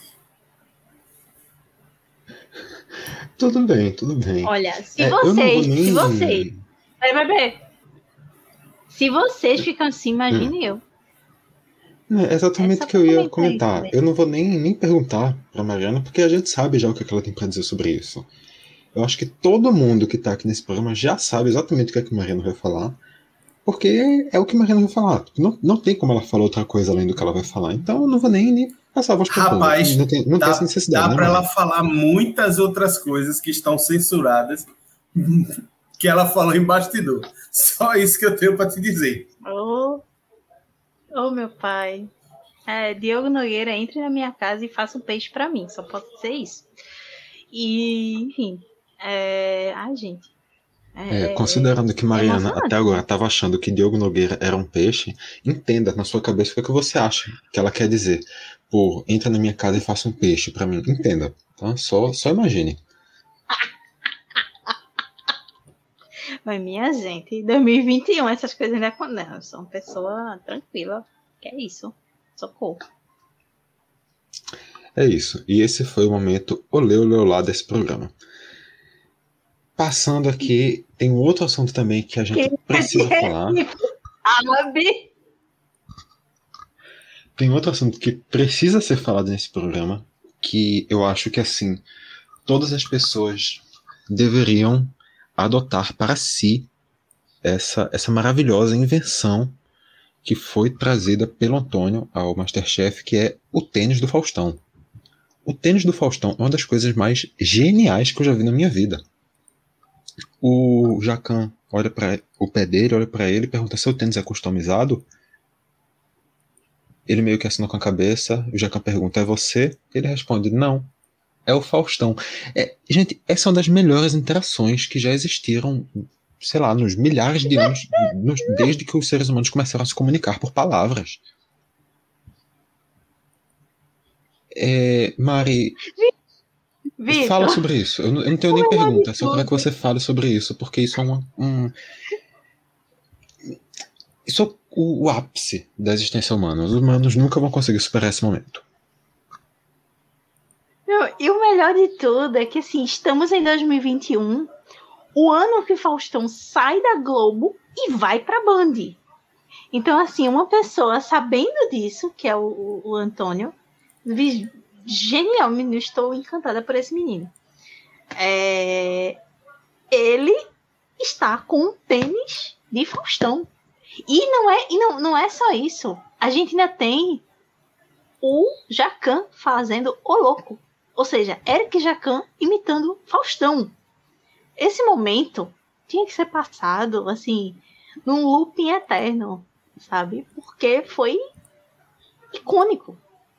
Tudo bem, tudo bem. Olha, se é, vocês, nem... se vocês, vai beber. Se vocês ficam assim, imagine hum. eu. É exatamente o que eu ia comentar. Eu não vou nem, nem perguntar pra Mariana, porque a gente sabe já o que ela tem pra dizer sobre isso. Eu acho que todo mundo que tá aqui nesse programa já sabe exatamente o que, é que a Mariana vai falar, porque é o que a Mariana vai falar. Não, não tem como ela falar outra coisa além do que ela vai falar. Então eu não vou nem, nem passar a voz pra Rapaz, não tem, não dá, tem essa necessidade. Dá né, pra Mariana? ela falar muitas outras coisas que estão censuradas que ela falou em bastidor. Só isso que eu tenho pra te dizer. Oh, oh meu pai. É, Diogo Nogueira, entre na minha casa e faça um peixe pra mim. Só posso dizer isso. E, enfim. É... Ai, gente. É, considerando que Mariana é até agora estava achando que Diogo Nogueira era um peixe, entenda na sua cabeça o que, é que você acha que ela quer dizer por entra na minha casa e faça um peixe pra mim. Entenda, tá? Só, só imagine. Mas minha gente, em dois mil e vinte e um essas coisas ainda acontecem. Eu sou uma pessoa tranquila. Que é isso? Socorro. É isso. E esse foi o momento olê, olê, olá desse programa. Passando aqui, tem um outro assunto também que a gente que precisa falar. Árabe. tem outro assunto que precisa ser falado nesse programa, que eu acho que, assim, todas as pessoas deveriam adotar para si essa, essa maravilhosa invenção que foi trazida pelo Antônio ao MasterChef, que é o tênis do Faustão. O tênis do Faustão é uma das coisas mais geniais que eu já vi na minha vida. O Jacan olha para o pé dele, olha para ele e pergunta se o tênis é customizado. Ele meio que assina com a cabeça. O Jacan pergunta, é você? Ele responde, não, é o Faustão. É, gente, essa é uma das melhores interações que já existiram, sei lá, nos milhares de anos, nos, desde que os seres humanos começaram a se comunicar por palavras. É, Mari, Vitor, fala sobre isso. Eu não, eu não tenho nem pergunta, só quero que você fale sobre isso, porque isso é uma, um... Isso é o, o ápice da existência humana. Os humanos nunca vão conseguir superar esse momento. Não, e o melhor de tudo é que, assim, estamos em dois mil e vinte e um, o ano que Faustão sai da Globo e vai pra Band. Então, assim, uma pessoa sabendo disso, que é o, o, o Antônio, genial, menino, estou encantada por esse menino. É, ele está com um tênis de Faustão. E não é, e não, não é só isso. A gente ainda tem o Jacan fazendo o louco. Ou seja, Eric Jacan imitando Faustão. Esse momento tinha que ser passado, assim, num looping eterno, sabe? Porque foi icônico.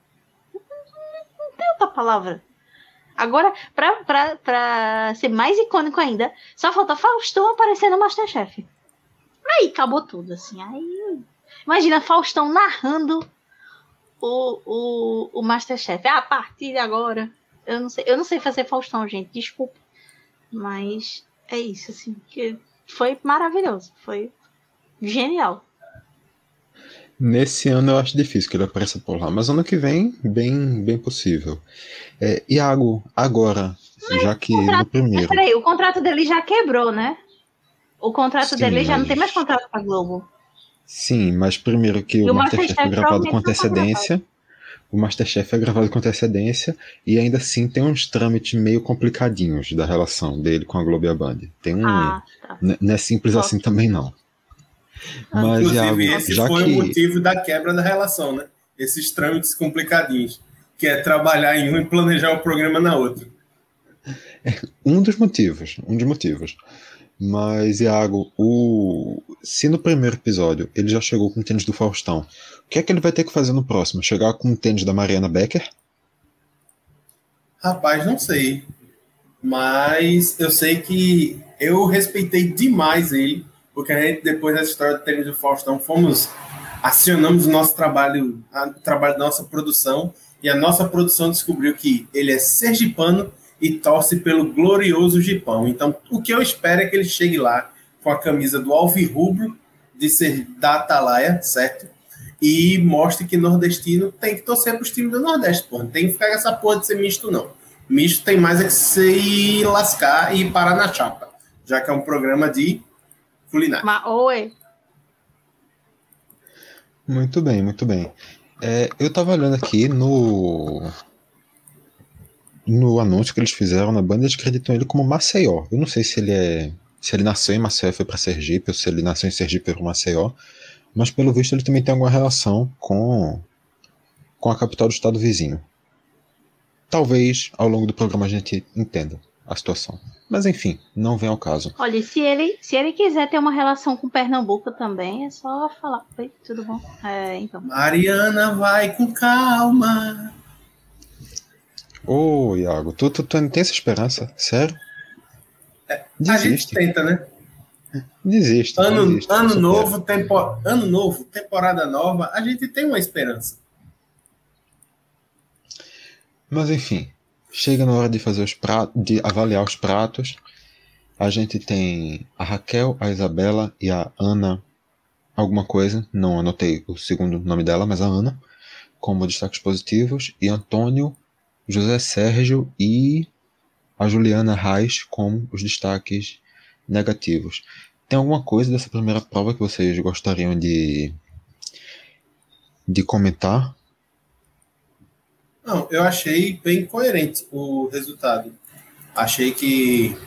Não tem outra palavra. Agora, pra, pra, pra ser mais icônico ainda, só falta Faustão aparecer no MasterChef. Aí acabou tudo, assim. Aí, imagina Faustão narrando o, o, o MasterChef. Ah, a partir de agora... Eu não sei, eu não sei fazer Faustão, gente, desculpa. Mas é isso, assim. Que foi maravilhoso. Foi genial. Nesse ano eu acho difícil que ele apareça por lá, mas ano que vem, bem, bem possível. É, Iago, agora, mas já que contrato, no primeiro... Peraí, o contrato dele já quebrou, né? O contrato Sim, dele já mas... não tem mais contrato com a Globo. Sim, mas primeiro que o, o MasterChef foi gravado com antecedência... O MasterChef é gravado com antecedência e ainda assim tem uns trâmites meio complicadinhos da relação dele com a Globo e a Band. Tem um... Ah, tá. Não é simples Ótimo. assim também, não. Mas, Inclusive, Iago, esse já foi que... o motivo da quebra da relação, né? Esses trâmites complicadinhos, que é trabalhar em um e planejar o programa na outra. É um dos motivos, um dos motivos. Mas, Iago, o... se no primeiro episódio ele já chegou com o tênis do Faustão, o que é que ele vai ter que fazer no próximo? Chegar com o tênis da Mariana Becker? Rapaz, não sei. Mas eu sei que eu respeitei demais ele, porque a gente, depois dessa história do tênis do Faustão, fomos, acionamos o nosso trabalho, o trabalho da nossa produção, e a nossa produção descobriu que ele é sergipano e torce pelo glorioso Gipão. Então, o que eu espero é que ele chegue lá com a camisa do Alvirrubro, de ser da Atalaia, certo? E mostre que nordestino tem que torcer para os times do Nordeste, porra. Não tem que ficar com essa porra de ser misto, não. Misto tem mais é que se lascar e parar na chapa, já que é um programa de culinária. Mas, oi. Muito bem, muito bem. É, eu tava olhando aqui no... no anúncio que eles fizeram na banda, eles acreditam ele como Maceió. Eu não sei se ele é... se ele nasceu em Maceió e foi para Sergipe, ou se ele nasceu em Sergipe e foi para Maceió, mas pelo visto ele também tem alguma relação com, com a capital do estado vizinho. Talvez ao longo do programa a gente entenda a situação. Mas enfim, não vem ao caso. Olha, se ele, se ele quiser ter uma relação com Pernambuco também, é só falar. Oi, tudo bom? É, então. Mariana, vai com calma. Ô, oh, Iago, tu, tu, tu não tem essa esperança? Sério? É, a gente tenta, né? Desiste. Ano, desiste, ano, novo, tempo, ano novo, temporada nova, a gente tem uma esperança. Mas enfim, chega na hora de fazer os pratos, de avaliar os pratos. A gente tem a Raquel, a Isabela e a Ana, alguma coisa, não anotei o segundo nome dela, mas a Ana, como destaques positivos, e Antônio, José Sérgio e a Juliana Reis como os destaques negativos. Tem alguma coisa dessa primeira prova que vocês gostariam de, de comentar? Não, eu achei bem coerente o resultado. Achei que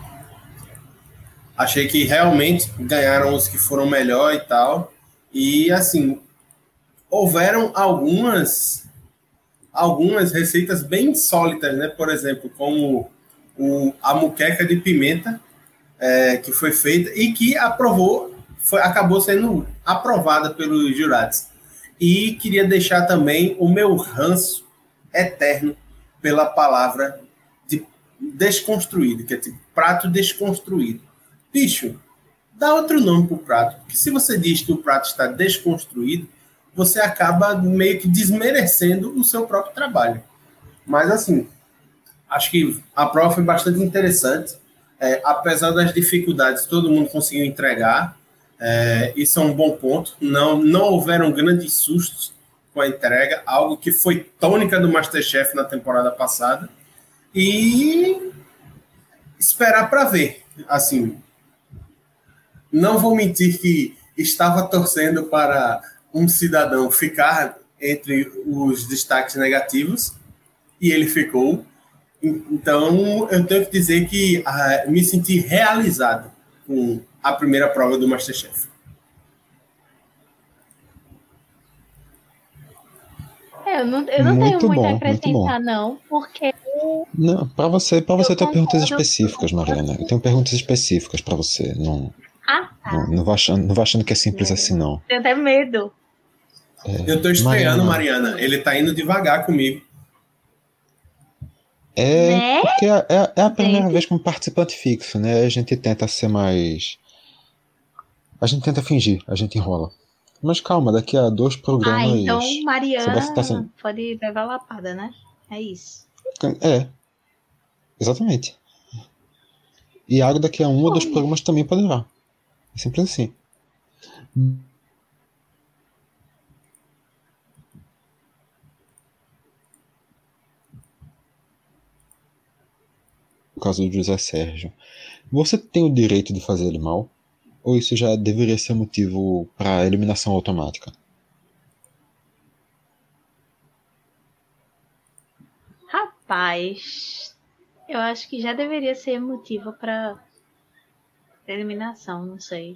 achei que realmente ganharam os que foram melhor e tal. E assim, houveram algumas algumas receitas bem insólitas, né? Por exemplo, como o, a muqueca de pimenta, é, que foi feita e que aprovou, foi, acabou sendo aprovada pelos jurados. E queria deixar também o meu ranço eterno pela palavra de desconstruído, que é tipo prato desconstruído. Bicho, dá outro nome para o prato, porque se você diz que o prato está desconstruído, você acaba meio que desmerecendo o seu próprio trabalho. Mas assim, acho que a prova foi bastante interessante. É, apesar das dificuldades, todo mundo conseguiu entregar. É, isso é um bom ponto. Não, não houveram grandes sustos com a entrega, algo que foi tônica do MasterChef na temporada passada. E esperar para ver. Assim, não vou mentir que estava torcendo para um cidadão ficar entre os destaques negativos, e ele ficou. Então, eu tenho que dizer que ah, me senti realizado com a primeira prova do MasterChef. É, eu não, eu não tenho Muito muito a bom, muito bom. acrescentar, não, porque Não, para você, para você eu eu tenho perguntas concordo específicas, com Mariana. Eu tenho perguntas específicas para você. Não, Ah, não, tá. não vá achando, não vá achando que é simples É. assim, não. Tenho até medo. Eu estou estreando, Mariana, Mariana. Ele está indo devagar comigo. é Né? porque é, é- é a primeira Gente. vez como participante fixo, né? A gente tenta ser mais. A gente tenta fingir, a gente enrola. Mas calma, daqui a dois Ah, então programas você vai estar Mariana sendo. pode levar lapada, né? É isso. É, exatamente. E Iago daqui a um ou dois Bom, programas também poderá. É simples assim. No caso do José Sérgio. Você tem o direito de fazer ele mal? Ou isso já deveria ser motivo para eliminação automática? rapaz, eu acho que já deveria ser motivo para eliminação, não sei.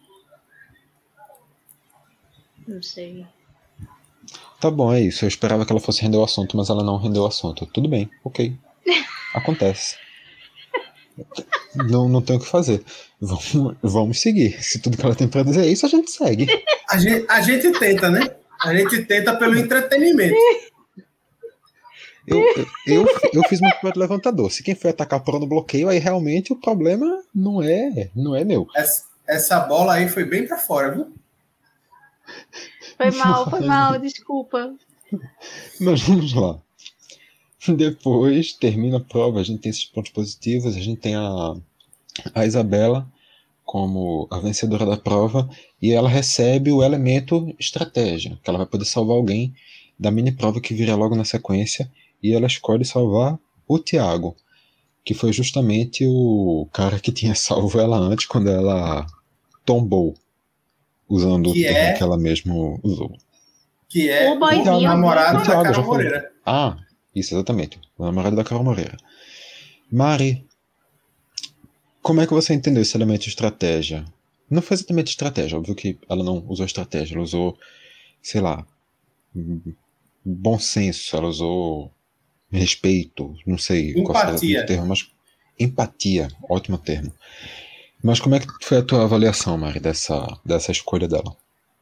Não sei. Tá bom, é isso. Eu esperava que ela fosse render o assunto, mas ela não rendeu o assunto. Tudo bem, ok. Acontece. Não, não tem o que fazer. Vamos, vamos seguir. Se tudo que ela tem pra dizer é isso, a gente segue. A gente, a gente tenta, né? A gente tenta pelo entretenimento. Eu, eu, eu, eu fiz meu primeiro levantador. Se quem foi atacar por no bloqueio, aí realmente o problema não é, não é meu. Essa, essa bola aí foi bem para fora, viu? Foi mal, foi mal, desculpa. Mas vamos lá. Depois termina a prova, a gente tem esses pontos positivos, a gente tem a, a Isabela como a vencedora da prova e ela recebe o elemento estratégia, que ela vai poder salvar alguém da mini prova que virá logo na sequência, e ela escolhe salvar o Thiago, que foi justamente o cara que tinha salvo ela antes quando ela tombou, usando Que o termo é, que ela mesmo usou. que é O o, boizinho namorado O da Thiago Carol já falou. Moreira. Ah, isso, exatamente. O namorado da Carol Moreira. Mari, como é que você entendeu esse elemento de estratégia? Não foi exatamente estratégia, óbvio que ela não usou estratégia, ela usou, sei lá, bom senso, ela usou respeito, não sei qual seria o Empatia. termo, mas empatia, ótimo termo. Mas como é que foi a tua avaliação, Mari, dessa, dessa escolha dela?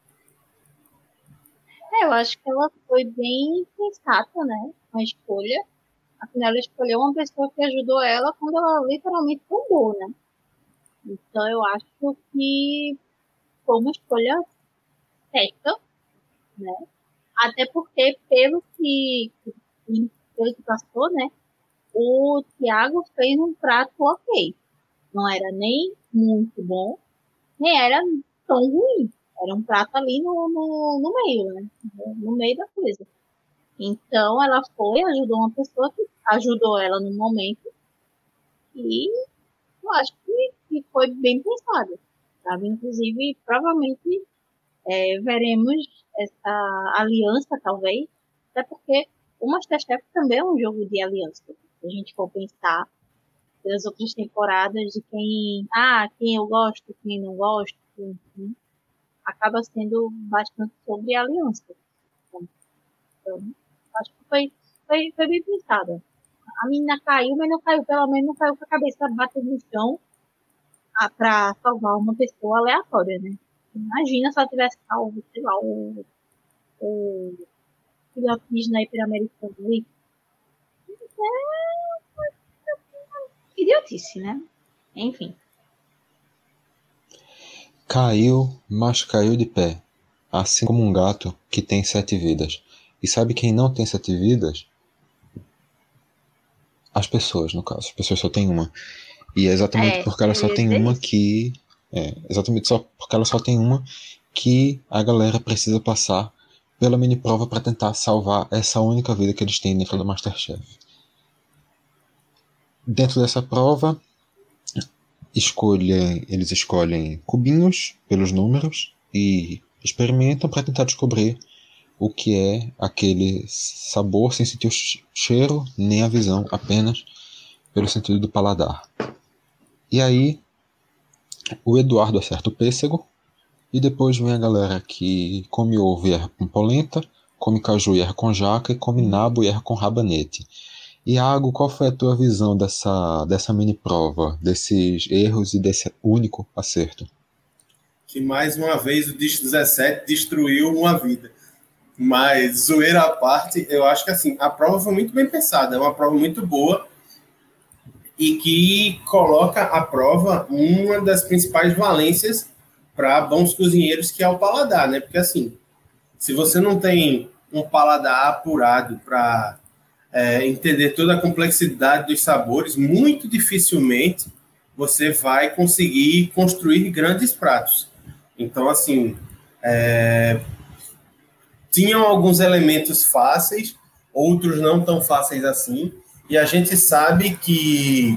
É, eu acho que ela foi bem sensata, né? Na escolha. Afinal, ela escolheu uma pessoa que ajudou ela quando ela literalmente tombou, né? Então, eu acho que foi uma escolha certa, né? Até porque, pelo que, pelo que passou, né? O Thiago fez um prato ok. Não era nem muito bom, nem era tão ruim. Era um prato ali no, no, no meio, né? No meio da coisa. Então, ela foi, ajudou uma pessoa que ajudou ela no momento. E eu acho que, que foi bem pensado, sabe? Inclusive, provavelmente é, veremos essa aliança, talvez, até porque o MasterChef também é um jogo de aliança. Se a gente for pensar pelas outras temporadas de quem, ah, quem eu gosto, quem não gosto, enfim, acaba sendo bastante sobre aliança. Então, acho que foi, foi, foi bem pensada. A menina caiu, mas não caiu, pelo menos não caiu com a cabeça batendo no chão ah, pra salvar uma pessoa aleatória, né? Imagina se ela tivesse salvo, sei lá, o, o filhote de sniper americano ali. É idiotice, né? Enfim. Caiu, mas caiu de pé, assim como um gato que tem sete vidas. E sabe quem não tem sete vidas? As pessoas, no caso. As pessoas só têm uma. E é exatamente É, porque ela eu só ia tem dizer uma isso. que... É, exatamente só porque ela só tem uma que a galera precisa passar pela mini prova para tentar salvar essa única vida que eles têm dentro do MasterChef. Dentro dessa prova, escolhem, eles escolhem cubinhos pelos números e experimentam para tentar descobrir o que é aquele sabor sem sentir o cheiro nem a visão, apenas pelo sentido do paladar. E aí o Eduardo acerta o pêssego e depois vem a galera que come ovo e erra com polenta, come caju e erra com jaca e come nabo e erra com rabanete. Iago, qual foi a tua visão dessa, dessa mini prova, desses erros e desse único acerto? Que mais uma vez o Distrito dezessete destruiu uma vida. Mas, zoeira à parte, eu acho que assim, a prova foi muito bem pensada, é uma prova muito boa e que coloca à prova uma das principais valências para bons cozinheiros, que é o paladar, né? Porque assim, se você não tem um paladar apurado para é, entender toda a complexidade dos sabores, muito dificilmente você vai conseguir construir grandes pratos. Então, assim, é, tinham alguns elementos fáceis, outros não tão fáceis assim, e a gente sabe que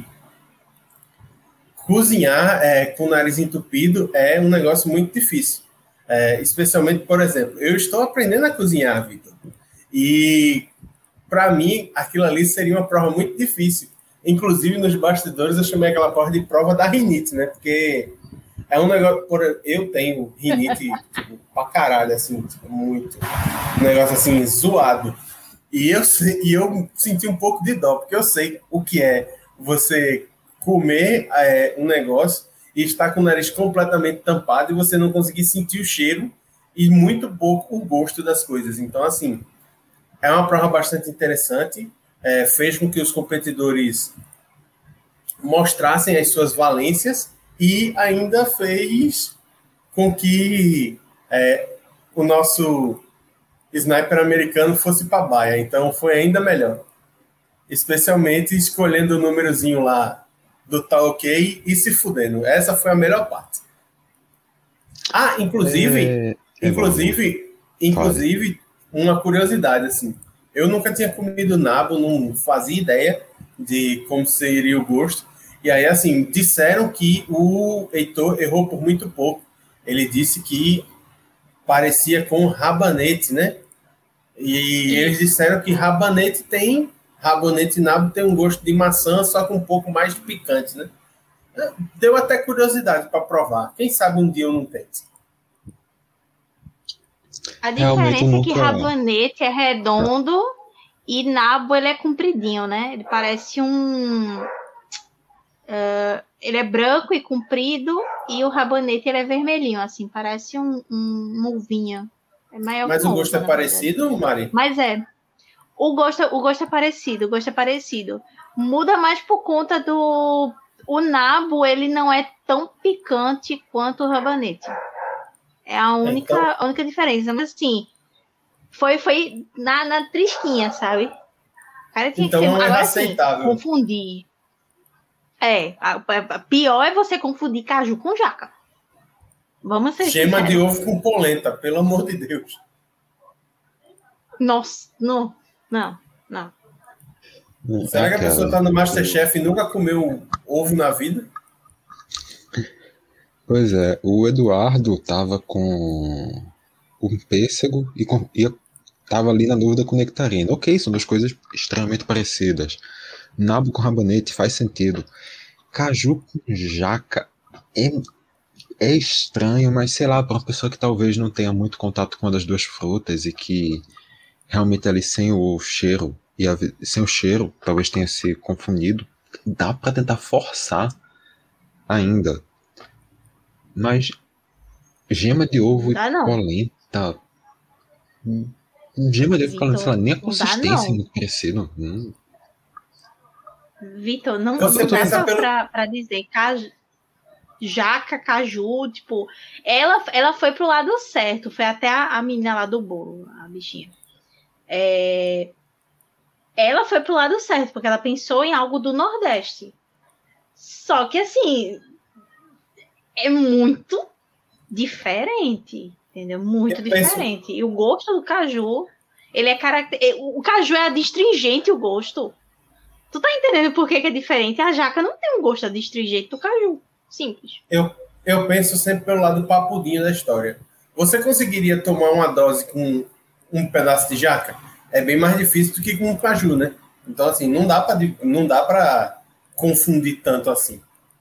cozinhar é, com o nariz entupido é um negócio muito difícil. É, especialmente, por exemplo, eu estou aprendendo a cozinhar, Vitor, e para mim aquilo ali seria uma prova muito difícil. Inclusive, nos bastidores, eu chamei aquela prova de prova da rinite, né? Porque é um negócio... Por, eu tenho rinite tipo, pra caralho, assim, tipo, muito. Um negócio assim, zoado. E eu, e eu senti um pouco de dó, porque eu sei o que é você comer é, um negócio e estar com o nariz completamente tampado e você não conseguir sentir o cheiro e muito pouco o gosto das coisas. Então, assim, é uma prova bastante interessante. É, fez com que os competidores mostrassem as suas valências e ainda fez com que é, o nosso sniper americano fosse para baia. Então foi ainda melhor. Especialmente escolhendo o númerozinho lá do tá ok e se fudendo. Essa foi a melhor parte. Ah, inclusive, É, é inclusive, inclusive, uma curiosidade, assim. Eu nunca tinha comido nabo, não fazia ideia de como seria o gosto. E aí, assim, disseram que o Heitor errou por muito pouco. Ele disse que parecia com rabanete, né? E Isso. eles disseram que rabanete tem, rabanete nabo tem um gosto de maçã, só com um pouco mais de picante, né? Deu até curiosidade para provar. Quem sabe um dia eu não tente. A Realmente eu diferença é que nunca... rabanete é redondo e nabo ele é compridinho, né? Ele parece um... Uh, ele é branco e comprido e o rabanete ele é vermelhinho, assim, parece um, um uvinha. É maior Mas que o uma gosto uva, é na verdade. parecido, Mari? Mas é. O gosto, o gosto é parecido, o gosto é parecido. Muda mais por conta do... O nabo, ele não é tão picante quanto o rabanete. É a única, Então, a única diferença. Mas assim, foi, foi na, na trisquinha, sabe? Cara, tinha que então ser. não é Agora sim, aceitável. confundir. É, a, a pior é você confundir caju com jaca. Vamos ser Gema de sinceros. ovo com polenta, pelo amor de Deus. Nossa, não, não, não. É Será que a pessoa aquela... está no Masterchef e nunca comeu ovo na vida? Pois é, o Eduardo tava com um pêssego e com, ia tava ali na dúvida com nectarina. Ok, são duas coisas extremamente parecidas. Nabo com rabanete faz sentido. Caju com jaca é, é estranho, mas sei lá, para uma pessoa que talvez não tenha muito contato com uma das duas frutas e que realmente ali sem o cheiro, e a, sem o cheiro, talvez tenha se confundido, dá para tentar forçar ainda. Mas gema de ovo Dá, e não. polenta. Gema de ovo e polenta, sei lá, nem a Não dá, consistência é não. muito parecida. Hum. Vitor, não, Você não dá pensa pra, pelo- pra, pra dizer caju, jaca, caju, tipo, ela, ela foi pro lado certo, foi até a, a menina lá do bolo, a bichinha. É, ela foi pro lado certo, porque ela pensou em algo do Nordeste. Só que, assim, é muito diferente, entendeu? Muito Eu penso- diferente. E o gosto do caju, ele é caracter... O caju é adstringente, o gosto. Tu tá entendendo por que, que é diferente? A jaca não tem um gosto adstringente do caju. Simples. Eu, eu penso sempre pelo lado papudinho da história. Você conseguiria tomar uma dose com um pedaço de jaca? É bem mais difícil do que com um caju, né? Então, assim, não dá pra, não dá pra confundir tanto assim.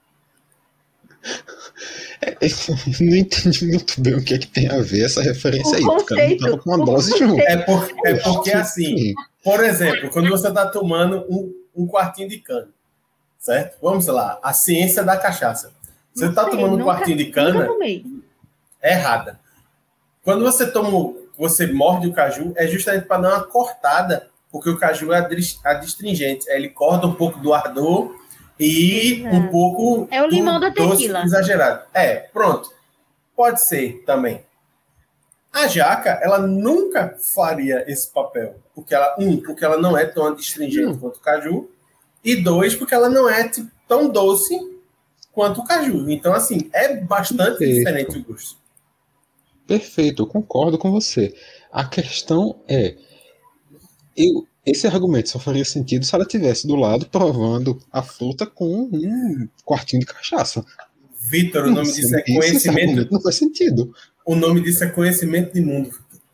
Não entendi muito bem o que é que tem a ver essa referência O aí. O cara não conceito, tava com uma o dose conceito. junto. É, por, é porque, assim, por exemplo, quando você está tomando um, um quartinho de cana, certo? Vamos lá, a ciência da cachaça. Você Não está sei, tomando um nunca- quartinho de nunca cana, tomei. é errada. Quando você toma, você morde o caju, é justamente para dar uma cortada, porque o caju é adris- adstringente. Ele corta um pouco do ardor e Exato. um pouco É o do limão da doce tequila. exagerado. É, pronto. Pode ser também. A jaca, ela nunca faria esse papel. Porque ela, um, porque ela não é tão adstringente Hum. quanto o caju. E dois, porque ela não é tipo, tão doce quanto o caju. Então, assim, é bastante Perfeito. diferente o gosto. Perfeito, eu concordo com você. A questão é, eu, esse argumento só faria sentido se ela estivesse do lado provando a fruta com um quartinho de cachaça. Vitor, o nome Não disso sendo é isso, esse conhecimento. argumento não faz sentido. O nome disso é conhecimento de mundo.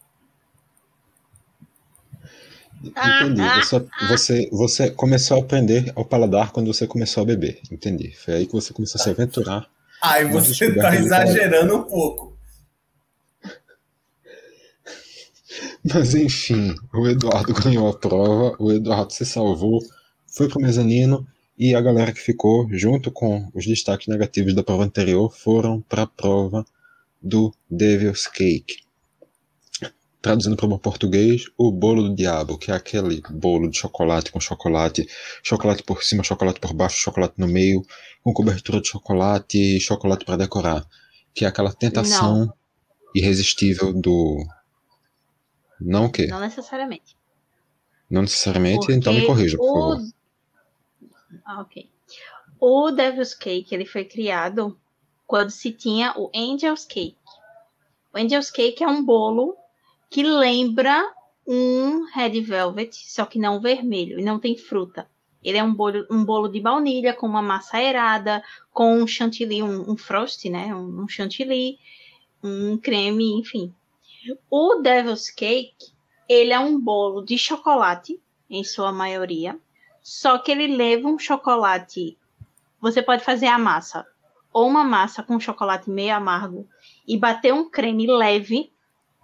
Entendi. Ah, Você, você, você começou a aprender ao paladar quando você começou a beber. Entendi. Foi aí que você começou a se aventurar. Aí Nas você descobertas está do paladar. exagerando um pouco. Mas enfim, o Eduardo ganhou a prova, o Eduardo se salvou, foi pro mezanino e a galera que ficou, junto com os destaques negativos da prova anterior, foram para a prova do Devil's Cake. Traduzindo para o português, o bolo do diabo, que é aquele bolo de chocolate com chocolate, chocolate por cima, chocolate por baixo, chocolate no meio, com cobertura de chocolate e chocolate para decorar. Que é aquela tentação Não. irresistível do... Não o quê? não necessariamente. Não necessariamente, Porque então me corrija, por o... favor. Ah, ok. O Devil's Cake, ele foi criado quando se tinha o Angel's Cake. O Angel's Cake é um bolo que lembra um Red Velvet, só que não vermelho, e não tem fruta. Ele é um bolo, um bolo de baunilha com uma massa aerada, com um chantilly, um, um frost, né? Um, um chantilly, um creme, enfim. O Devil's Cake, ele é um bolo de chocolate, em sua maioria, só que ele leva um chocolate... Você pode fazer a massa, ou uma massa com chocolate meio amargo, e bater um creme leve,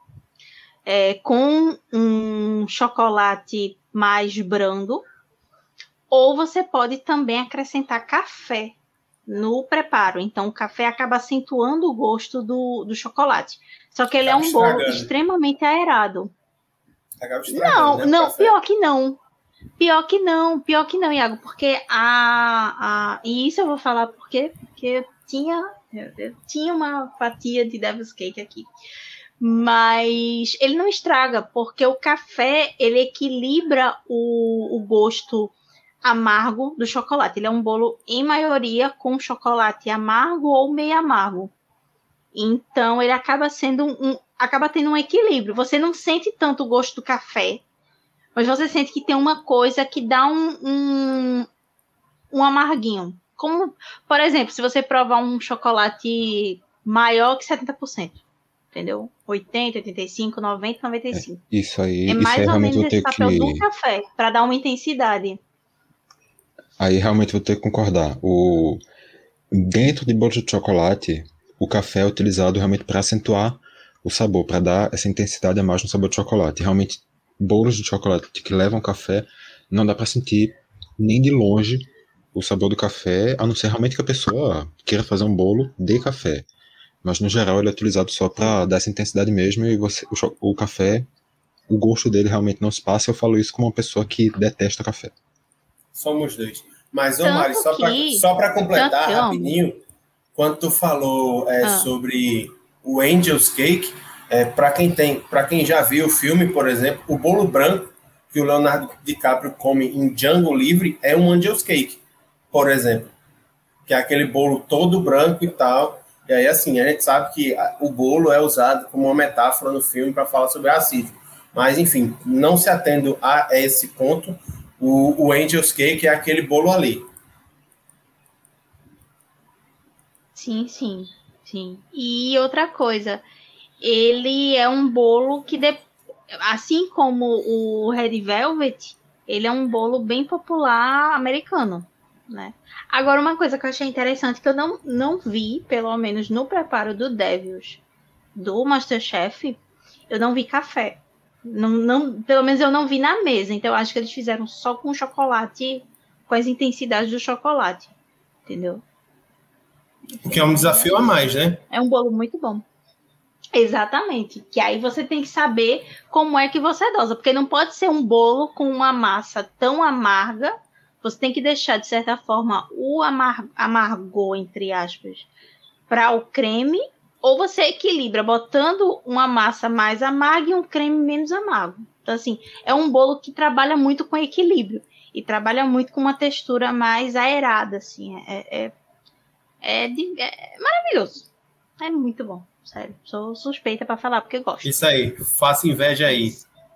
é, com um chocolate mais brando, ou você pode também acrescentar café no preparo. Então, o café acaba acentuando o gosto do, do chocolate. Só que ele Acaba é um bolo estragando. extremamente aerado. Acaba estragando, Não, né, o não, café. pior que não. Pior que não, pior que não, Iago, porque a, a e isso eu vou falar porque, porque eu tinha, eu, eu tinha uma fatia de Devil's Cake aqui. Mas ele não estraga, porque o café, ele equilibra o, o gosto amargo do chocolate. Ele é um bolo, em maioria, com chocolate amargo ou meio amargo. Então, ele acaba sendo um, um acaba tendo um equilíbrio. Você não sente tanto o gosto do café, mas você sente que tem uma coisa que dá um, um, um amarguinho. Como, por exemplo, se você provar um chocolate maior que setenta por cento. entendeu? oitenta, oitenta e cinco, noventa, noventa e cinco. É, isso aí, é isso mais aí ou realmente menos vou ter esse papel que... do café, para dar uma intensidade. Aí realmente vou ter que concordar. O... Dentro de bolos de chocolate, o café é utilizado realmente para acentuar o sabor, para dar essa intensidade a mais no sabor de chocolate. Realmente, bolos de chocolate que levam café, não dá para sentir nem de longe o sabor do café, a não ser realmente que a pessoa queira fazer um bolo de café. Mas no geral ele é utilizado só para dar essa intensidade mesmo, e você, o, cho- o café, o gosto dele realmente não se passa. Eu falo isso como uma pessoa que detesta café. Somos dois. Mas, ô Mari, Tanto só para que... só para Tanto completar que eu amo. rapidinho, quando tu falou é, Ah. sobre o Angel's Cake, é, para quem tem, para quem já viu o filme, por exemplo, o bolo branco que o Leonardo DiCaprio come em Django Livre é um Angel's Cake, por exemplo, que é aquele bolo todo branco e tal. E aí, assim, a gente sabe que o bolo é usado como uma metáfora no filme para falar sobre racismo. Mas, enfim, não se atendo a esse ponto, o, o Angel's Cake é aquele bolo ali. Sim, sim, sim. E outra coisa, ele é um bolo que, de... assim como o Red Velvet, ele é um bolo bem popular americano, né? Agora, uma coisa que eu achei interessante, que eu não, não vi, pelo menos no preparo do Devils, do MasterChef, eu não vi café. Não, não, pelo menos eu não vi na mesa. Então, eu acho que eles fizeram só com chocolate, com as intensidades do chocolate. Entendeu? O que é um desafio a mais, né? É um bolo muito bom. Exatamente. Que aí você tem que saber como é que você dosa. Porque não pode ser um bolo com uma massa tão amarga. Você tem que deixar, de certa forma, o amar amargor, entre aspas, para o creme. Ou você equilibra botando uma massa mais amarga e um creme menos amargo. Então, assim, é um bolo que trabalha muito com equilíbrio. E trabalha muito com uma textura mais aerada, assim. É, é, é, de, é maravilhoso. É muito bom, sério. Sou suspeita para falar, porque eu gosto. Isso aí, faça inveja aí.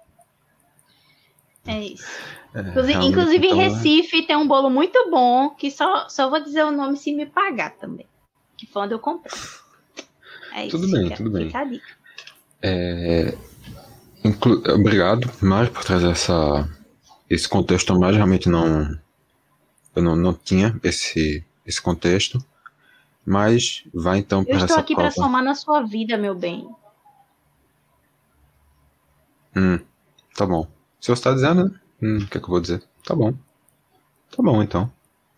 É isso. É, inclusive, inclusive então, em Recife tem um bolo muito bom, que só, só vou dizer o nome se me pagar também. Que foi onde eu comprei. É isso. Tudo bem, fica, tudo bem. Fica a dica. É, inclu... Obrigado, Mari, por trazer essa, esse contexto a mais. Realmente não, eu não, não tinha esse, esse contexto. Mas vai então Eu para estou essa aqui prova. para somar na sua vida, meu bem. Hum, tá bom. Se você está dizendo, né? Hum, o que é que eu vou dizer? Tá bom. Tá bom, então.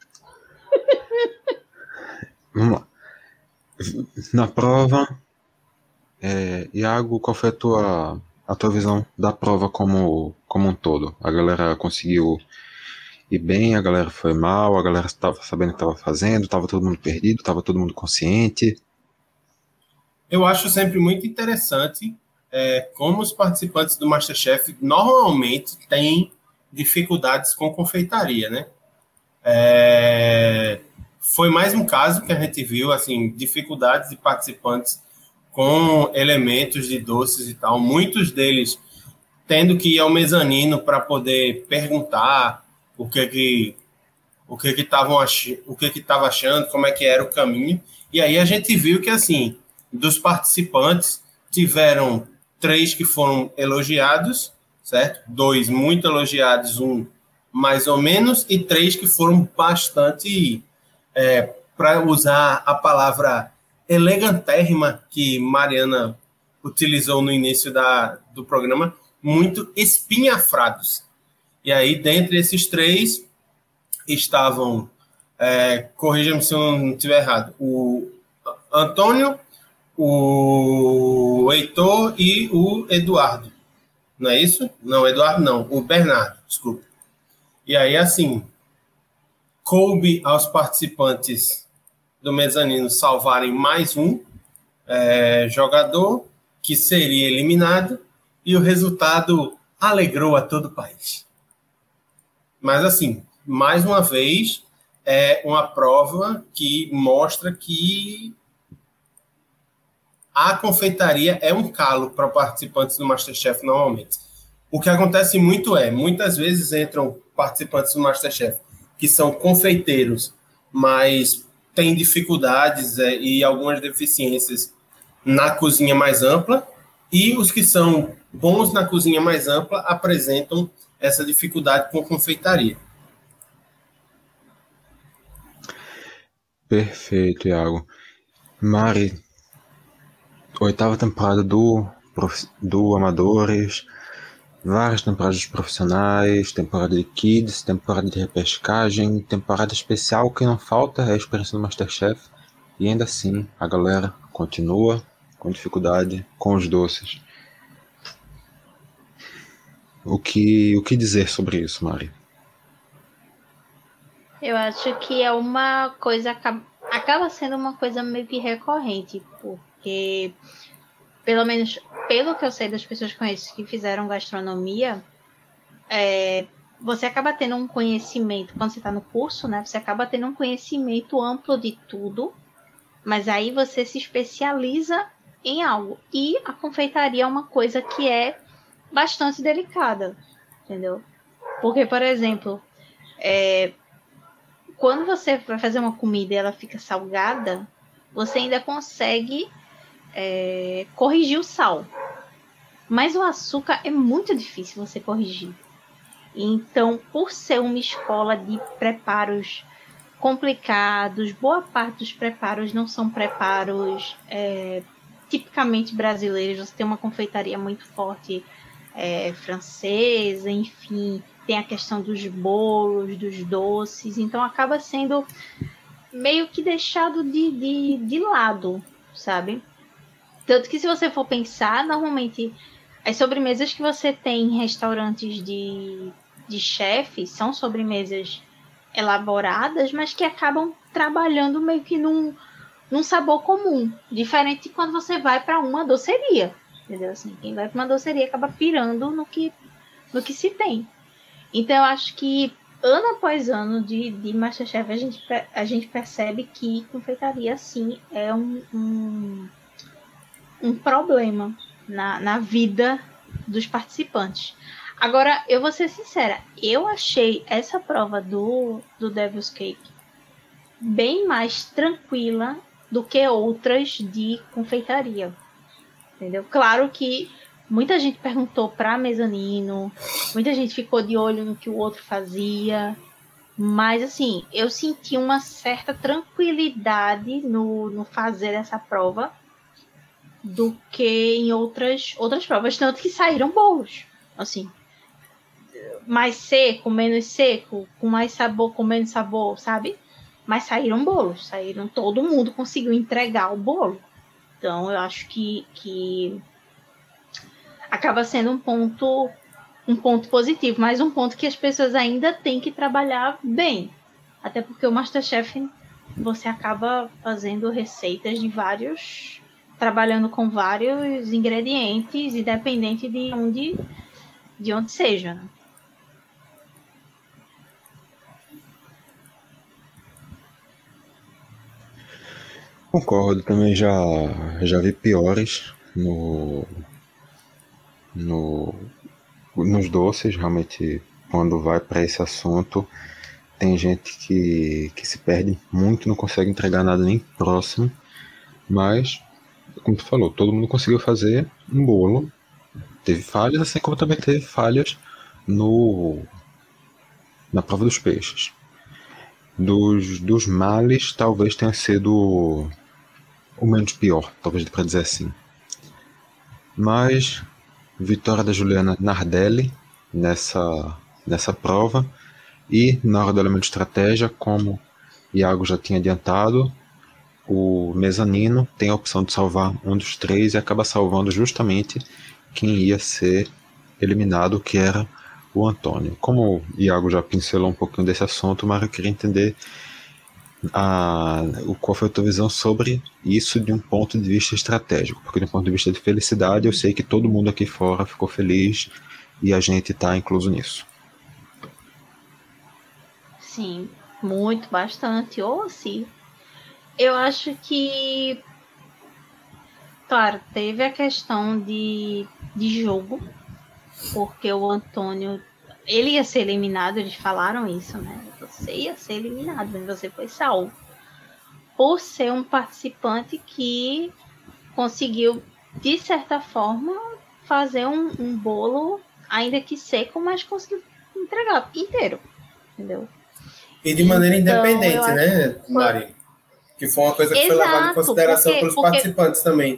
Vamos lá. Na prova, é, Iago, qual foi a tua, a tua visão da prova como, como um todo? A galera conseguiu ir bem, a galera foi mal, a galera estava sabendo o que estava fazendo, estava todo mundo perdido, estava todo mundo consciente? Eu acho sempre muito interessante é, como os participantes do MasterChef normalmente têm dificuldades com confeitaria, né? É, foi mais um caso que a gente viu, assim, dificuldades de participantes com elementos de doces e tal, muitos deles tendo que ir ao mezanino para poder perguntar o que que o que que estavam ach... o que que estava achando, como é que era o caminho. E aí a gente viu que, assim, dos participantes tiveram três que foram elogiados, certo? Dois muito elogiados, um mais ou menos, e três que foram bastante, é, para usar a palavra elegantérrima que Mariana utilizou no início da, do programa, muito espinhafrados. E aí, dentre esses três, estavam, é, corrija-me se eu não estiver errado, o Antônio, o Heitor e o Eduardo. Não é isso? Não, Eduardo não, o Bernardo, desculpa. E aí, assim, coube aos participantes do mezanino salvarem mais um é, jogador que seria eliminado, e o resultado alegrou a todo o país. Mas, assim, mais uma vez, é uma prova que mostra que a confeitaria é um calo para participantes do MasterChef normalmente. O que acontece muito é, muitas vezes entram participantes do MasterChef que são confeiteiros, mas têm dificuldades é, e algumas deficiências na cozinha mais ampla, e os que são bons na cozinha mais ampla apresentam essa dificuldade com confeitaria. Perfeito, Iago. Mari, oitava temporada do, do Amadores, várias temporadas de profissionais, temporada de Kids, temporada de repescagem, temporada especial. O que não falta é a experiência do Masterchef. E ainda assim, a galera continua com dificuldade com os doces. O que, o que dizer sobre isso, Mari? Eu acho que é uma coisa, acaba sendo uma coisa meio que recorrente, porque, pelo menos pelo que eu sei das pessoas que conheço que fizeram gastronomia, é, você acaba tendo um conhecimento, quando você está no curso, né, você acaba tendo um conhecimento amplo de tudo, mas aí você se especializa em algo. E a confeitaria é uma coisa que é bastante delicada, entendeu? Porque, por exemplo, é, quando você vai fazer uma comida e ela fica salgada, você ainda consegue é, corrigir o sal. Mas o açúcar é muito difícil você corrigir. Então, por ser uma escola de preparos complicados, boa parte dos preparos não são preparos é, tipicamente brasileiros. Você tem uma confeitaria muito forte é, francesa, enfim, tem a questão dos bolos, dos doces, então acaba sendo meio que deixado de, de, de lado, sabe? Tanto que se você for pensar, normalmente as sobremesas que você tem em restaurantes de, de chefes são sobremesas elaboradas, mas que acabam trabalhando meio que num, num sabor comum, diferente de quando você vai para uma doceria, entendeu? Assim, quem vai para uma doceria acaba pirando no que, no que se tem. Então eu acho que ano após ano de, de Masterchef a gente, a gente percebe que confeitaria sim é um, um, um problema na, na vida dos participantes. Agora, eu vou ser sincera, eu achei essa prova do, do Devil's Cake bem mais tranquila do que outras de confeitaria, entendeu? Claro que muita gente perguntou para mezanino, muita gente ficou de olho no que o outro fazia, mas assim, eu senti uma certa tranquilidade no, no fazer essa prova do que em outras, outras provas, tanto que saíram bolos, assim, mais seco, menos seco, com mais sabor, com menos sabor, sabe? Mas saíram bolos, saíram, todo mundo conseguiu entregar o bolo. Então eu acho que, que acaba sendo um ponto, um ponto positivo, mas um ponto que as pessoas ainda têm que trabalhar bem. Até porque o Masterchef, você acaba fazendo receitas de vários, trabalhando com vários ingredientes, independente de onde, de onde seja, né? Concordo, também já, já vi piores no, no, nos doces, realmente, quando vai para esse assunto, tem gente que, que se perde muito, não consegue entregar nada nem próximo, mas, como tu falou, todo mundo conseguiu fazer um bolo, teve falhas, assim como também teve falhas no, na prova dos peixes. Dos, dos males, talvez tenha sido o menos pior, talvez para dizer assim. Mas vitória da Juliana Nardelli nessa, nessa prova, e na hora do elemento de estratégia, como Iago já tinha adiantado, o mezanino tem a opção de salvar um dos três e acaba salvando justamente quem ia ser eliminado, que era o Antônio. Como o Iago já pincelou um pouquinho desse assunto, mas eu queria entender A, o, qual foi a tua visão sobre isso de um ponto de vista estratégico, porque de um ponto de vista de felicidade eu sei que todo mundo aqui fora ficou feliz e a gente está incluso nisso. Sim, muito, bastante, ou sim. Eu acho que, claro, teve a questão de, de jogo, porque o Antônio, ele ia ser eliminado, eles falaram isso, né? Você ia ser eliminado, mas você foi salvo. Por ser um participante que conseguiu, de certa forma, fazer um, um bolo, ainda que seco, mas conseguiu entregar inteiro, entendeu? E de maneira Então, independente, né, Mari? Que foi uma coisa que Exato, foi levada em consideração porque, pelos porque... participantes também.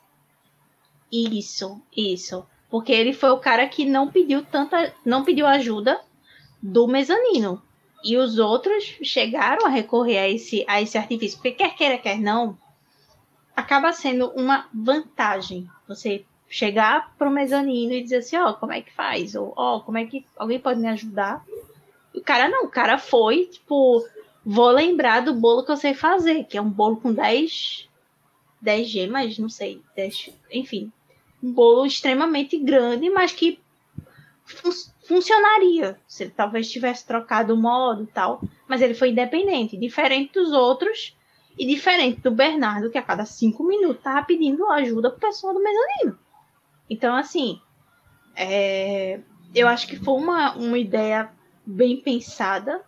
Isso, isso. Porque ele foi o cara que não pediu tanta, não pediu ajuda do mezanino. E os outros chegaram a recorrer a esse, a esse artifício. Porque quer queira, quer não, acaba sendo uma vantagem você chegar pro mezanino e dizer assim, ó, oh, como é que faz? Ou, ó, oh, como é que alguém pode me ajudar? E o cara não, o cara foi, tipo, vou lembrar do bolo que eu sei fazer, que é um bolo com dez gemas, não sei, dez, enfim. Um bolo extremamente grande, mas que fun- funcionaria se ele talvez tivesse trocado o modo e tal. Mas ele foi independente, diferente dos outros e diferente do Bernardo, que a cada cinco minutos tava pedindo ajuda pro pessoal do mezanino. Então, assim, é, eu acho que foi uma, uma ideia bem pensada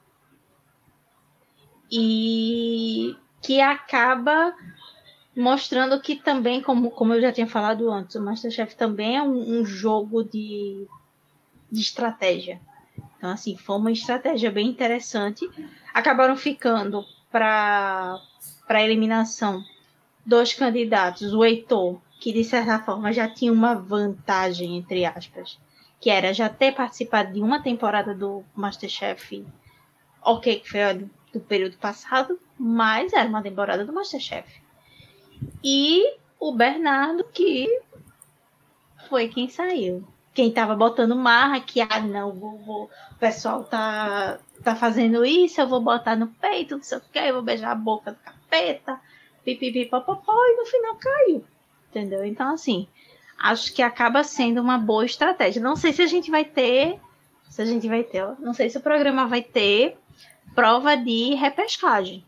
e que acaba mostrando que também, como, como eu já tinha falado antes, o MasterChef também é um, um jogo de, de estratégia. Então, assim, foi uma estratégia bem interessante. Acabaram ficando para a eliminação dois candidatos, o Heitor, que de certa forma já tinha uma vantagem, entre aspas, que era já ter participado de uma temporada do MasterChef, ok, que foi a do, do período passado, mas era uma temporada do MasterChef. E o Bernardo, que foi quem saiu. Quem tava botando marra, que, ah, não, vou, vou, o pessoal tá, tá fazendo isso, eu vou botar no peito, não sei o que, eu vou beijar a boca do capeta, pipipi, popopó, e no final caiu. Entendeu? Então, assim, acho que acaba sendo uma boa estratégia. Não sei se a gente vai ter, se a gente vai ter, ó, não sei se o programa vai ter prova de repescagem.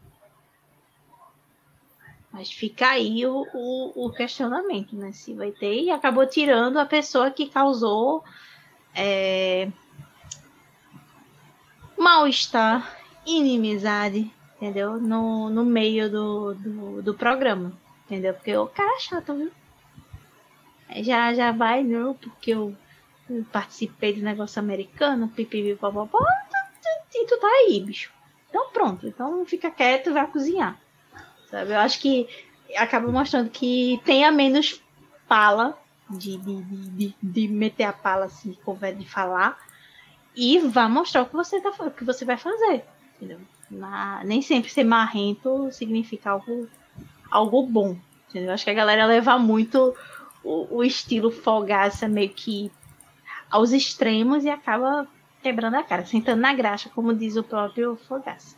Mas fica aí o, o, o questionamento, né? Se vai ter, e acabou tirando a pessoa que causou é, mal-estar, inimizade, entendeu? No, no meio do, do, do programa, entendeu? Porque o cara é chato, viu? Já, já vai, não, porque eu, eu participei do negócio americano, pipipi, popopó, e tu tá aí, bicho. Então pronto, então fica quieto e vai cozinhar. Sabe? Eu acho que acaba mostrando que tenha menos pala de, de, de, de meter a pala assim, de falar, e vá mostrar o que você, tá, o que você vai fazer. Entendeu? Na, nem sempre ser marrento significa algo, algo bom. Entendeu? Acho que a galera leva muito o, o estilo folgaça meio que aos extremos e acaba quebrando a cara, sentando na graxa, como diz o próprio Fogaça.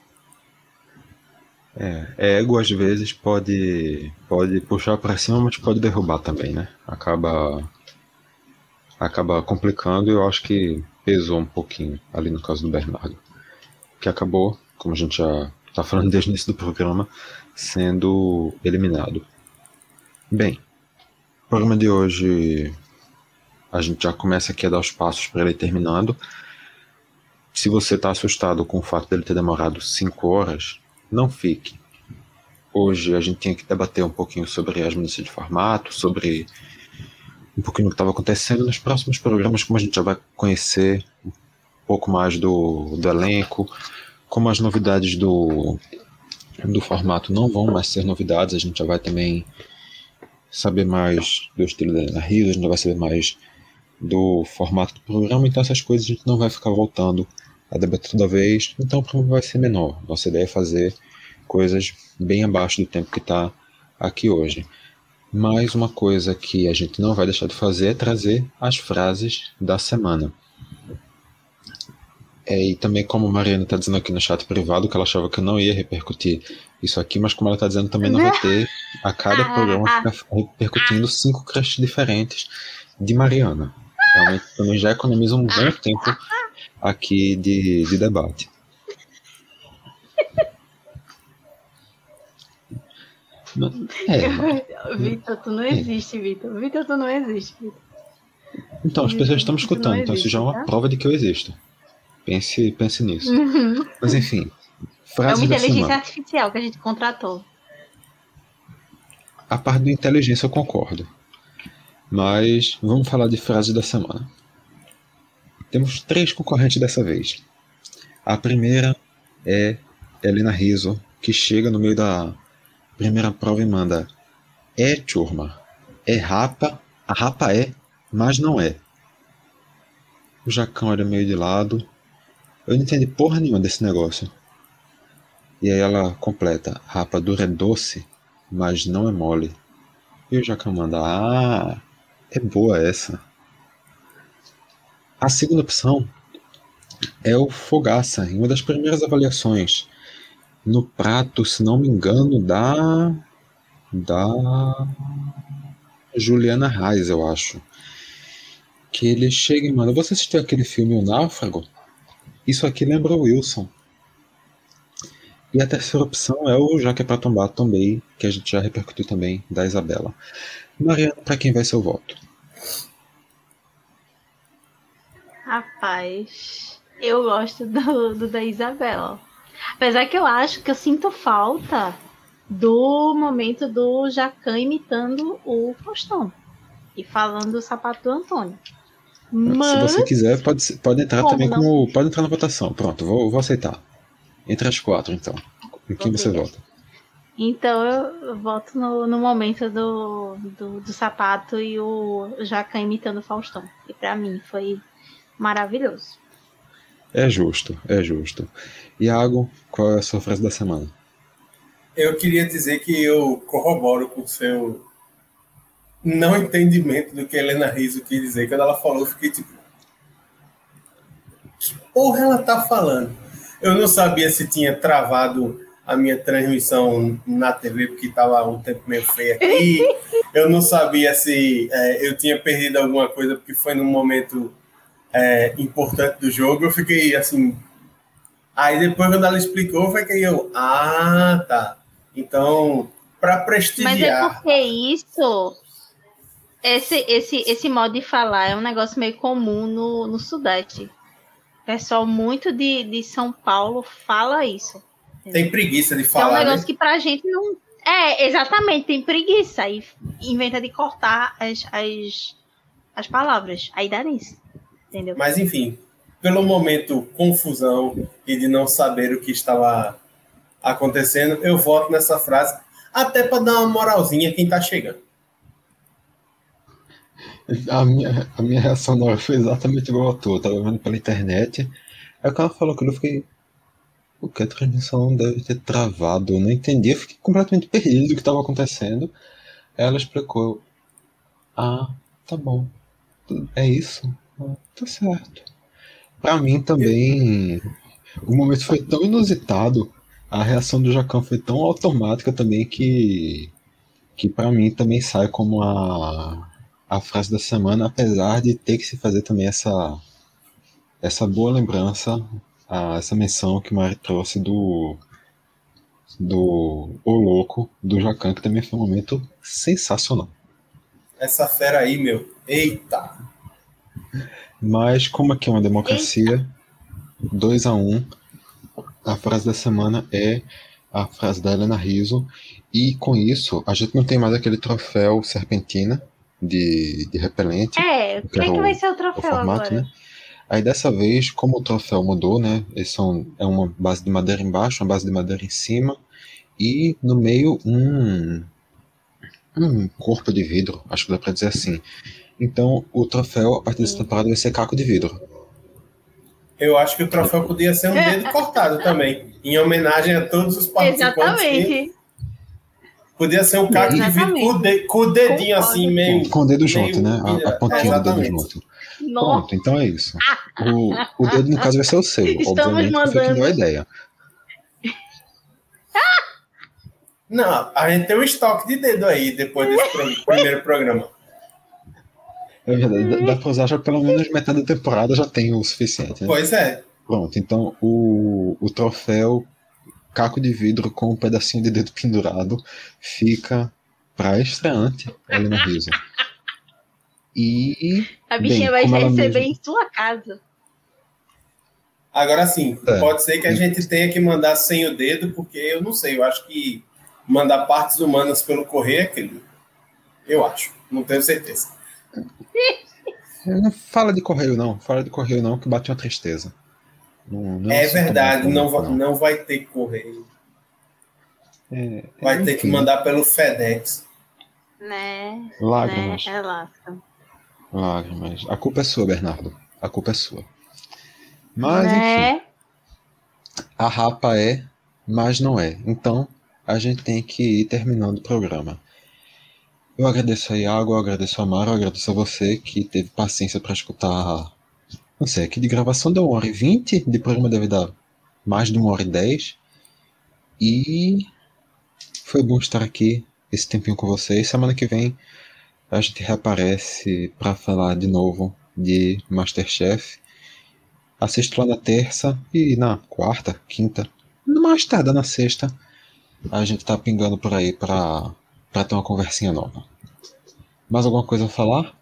É, ego às vezes pode, pode puxar para cima, mas pode derrubar também, né? Acaba, acaba complicando e eu acho que pesou um pouquinho ali no caso do Bernardo, que acabou, como a gente já está falando desde o início do programa, sendo eliminado. Bem, o programa de hoje a gente já começa aqui a dar os passos para ele terminando. Se você está assustado com o fato dele ter demorado cinco horas, não fique. Hoje a gente tinha que debater um pouquinho sobre as mudanças de formato, sobre um pouquinho do que estava acontecendo. Nos próximos programas, como a gente já vai conhecer um pouco mais do, do elenco, como as novidades do, do formato não vão mais ser novidades, a gente já vai também saber mais do estilo da Ana Rio, a gente já vai saber mais do formato do programa, então essas coisas a gente não vai ficar voltando a debater toda vez, então o programa vai ser menor. Nossa ideia é fazer coisas bem abaixo do tempo que está aqui hoje. Mas uma coisa que a gente não vai deixar de fazer é trazer as frases da semana. É, e também, como a Mariana está dizendo aqui no chat privado, que ela achava que eu não ia repercutir isso aqui, mas como ela está dizendo, também não vai ter a cada programa ficar repercutindo cinco crushes diferentes de Mariana. Realmente também já economiza um bom tempo aqui de, de debate. É, Vitor, tu não existe, Vitor. Vitor, tu não existe, Vitor. Então, as pessoas estão me escutando, então isso já é uma tá? prova de que eu existo. Pense, pense nisso. Uhum. Mas enfim, frases é uma inteligência da semana. artificial que a gente contratou. A parte da inteligência eu concordo. Mas vamos falar de frases da semana. Temos três concorrentes dessa vez. A primeira é Helena Rizzo, que chega no meio da primeira prova e manda: é, turma, é rapa, a rapa é, mas não é. O Jacão olha meio de lado. Eu não entendi porra nenhuma desse negócio. E aí ela completa: rapadura é doce, mas não é mole. E o Jacão manda: ah, é boa essa. A segunda opção é o Fogaça, em uma das primeiras avaliações. No prato, se não me engano, da. da. Juliana Reis, eu acho. Que ele chega e manda: você assistiu aquele filme O Náufrago? Isso aqui lembra o Wilson. E a terceira opção é o Já que é pra tombar, tombei, que a gente já repercutiu também, da Isabela. Mariana, pra quem vai ser o voto? Rapaz, eu gosto do, do da Isabela. Apesar que eu acho que eu sinto falta do momento do Jacan imitando o Faustão e falando o sapato do Antônio. Mas, se você quiser, pode, pode entrar como também não? como. Pode entrar na votação. Pronto, vou, vou aceitar. Entre as quatro, então. Em quem você vota? Então eu voto no, no momento do, do, do sapato e o Jacan imitando o Faustão. E pra mim foi maravilhoso. É justo, é justo. Iago, qual é a sua frase da semana? Eu queria dizer que eu corroboro com o seu não entendimento do que a Helena Rizzo quis dizer. Quando ela falou, eu fiquei tipo: que porra ela tá falando? Eu não sabia se tinha travado a minha transmissão na T V, porque estava um tempo meio feio aqui. Eu não sabia se é, eu tinha perdido alguma coisa, porque foi num momento é, importante do jogo. Eu fiquei assim... Aí depois, quando ela explicou, foi que eu... Ah, tá. Então, para prestigiar... Mas é porque isso... Esse, esse, esse modo de falar é um negócio meio comum no, no Sudeste. O pessoal muito de, de São Paulo fala isso. Tem preguiça de É falar, um negócio né? que pra gente não... É, exatamente, tem preguiça. Aí inventa de cortar as, as, as palavras. Aí dá nisso. Entendeu? Mas, enfim, pelo momento confusão e de não saber o que estava acontecendo, eu voto nessa frase, até para dar uma moralzinha a quem tá chegando. A minha, a minha reação na hora foi exatamente igual a tua. Eu tava vendo pela internet. Aí quando ela falou aquilo, eu fiquei... O que? A transmissão deve ter travado. Eu não entendi. Eu fiquei completamente perdido do que estava acontecendo. Aí ela explicou. Ah, tá bom. É isso? Ah, tá certo. Pra mim também... O momento foi tão inusitado. A reação do Jacão foi tão automática também que... Que pra mim também sai como a... a frase da semana, apesar de ter que se fazer também essa, essa boa lembrança, a, essa menção que o Mari trouxe do, do O Louco, do Jacan, que também foi um momento sensacional. Essa fera aí, meu. Eita! Mas como aqui é uma democracia, dois a um, a frase da semana é a frase da Helena Rizzo, e com isso a gente não tem mais aquele troféu Serpentina, De, de repelente. É, como é que o, vai ser o troféu o formato, agora? né? Aí dessa vez, como o troféu mudou, né? Eles são, é uma base de madeira embaixo, uma base de madeira em cima, e no meio um, um corpo de vidro, acho que dá pra dizer assim. Então o troféu, a partir dessa temporada, vai ser caco de vidro. Eu acho que o troféu podia ser um dedo cortado também, em homenagem a todos os participantes. Exatamente. Que... Podia ser um caco de vidro com o, de, com o dedinho Concordo. assim, meio... Com o dedo meio, junto, né? A, a pontinha do dedo junto. Nossa. Pronto, então é isso. O, o dedo, no caso, vai ser o seu. Estamos Obviamente, que foi quem deu a ideia. Não, a gente tem um estoque de dedo aí, depois desse pro, primeiro programa. É verdade, dá pra usar já pelo menos metade da temporada, já tem o suficiente, né? Pois é. Pronto, então o, o troféu caco de vidro com um pedacinho de dedo pendurado fica pra estreante Helena Rizzo. E a bichinha bem, vai receber mesmo... em sua casa. Agora sim, é. pode ser que a gente tenha que mandar sem o dedo, porque eu não sei, eu acho que mandar partes humanas pelo correio é crime. Eu acho, não tenho certeza. Não fala de correio não, fala de correio não, que bate uma tristeza. Não, não é verdade, não, bom, não. não vai ter correio. É, vai enfim. ter que mandar pelo FedEx. Né? Lágrimas. Né? É lasca. Lágrimas. A culpa é sua, Bernardo. A culpa é sua. Mas, né? enfim. A rapa é, mas não é. Então, a gente tem que ir terminando o programa. Eu agradeço a Iago, eu agradeço a Mara, eu agradeço a você que teve paciência para escutar. Não sei, aqui de gravação deu uma hora e vinte, de programa deve dar mais de uma hora e dez. E foi bom estar aqui esse tempinho com vocês. Semana que vem a gente reaparece para falar de novo de MasterChef. Assisto lá na terça e na quarta, quinta, mais tarde na sexta, a gente tá pingando por aí pra, pra ter uma conversinha nova. Mais alguma coisa a falar?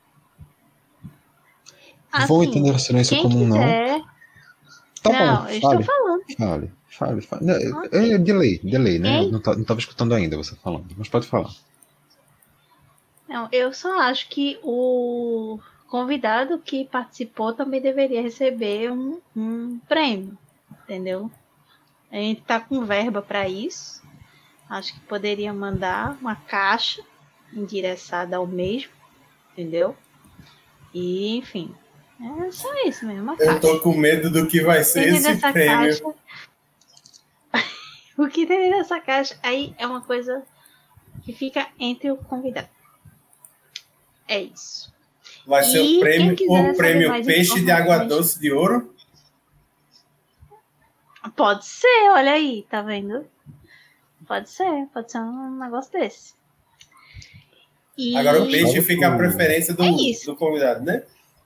Assim, Vão entender o silêncio como um não. Tá não, bom, eu fale, estou falando. Fale, fale, fale. Okay. É delay, delay, né? Quem? Não, tá, não tava escutando ainda você falando, mas pode falar. Não, eu só acho que o convidado que participou também deveria receber um, um prêmio, entendeu? A gente tá com verba para isso. Acho que poderia mandar uma caixa endereçada ao mesmo, entendeu? E, enfim, é só isso mesmo, uma caixa. Eu tô com medo do que vai ser Dentro esse dessa prêmio. Caixa... o que tem nessa caixa aí é uma coisa que fica entre o convidado. É isso. Vai ser e o prêmio, o prêmio Peixe de Água Doce de Ouro? Pode ser, olha aí, tá vendo? Pode ser, pode ser um negócio desse. E... Agora o peixe fica à preferência do, é do convidado, né?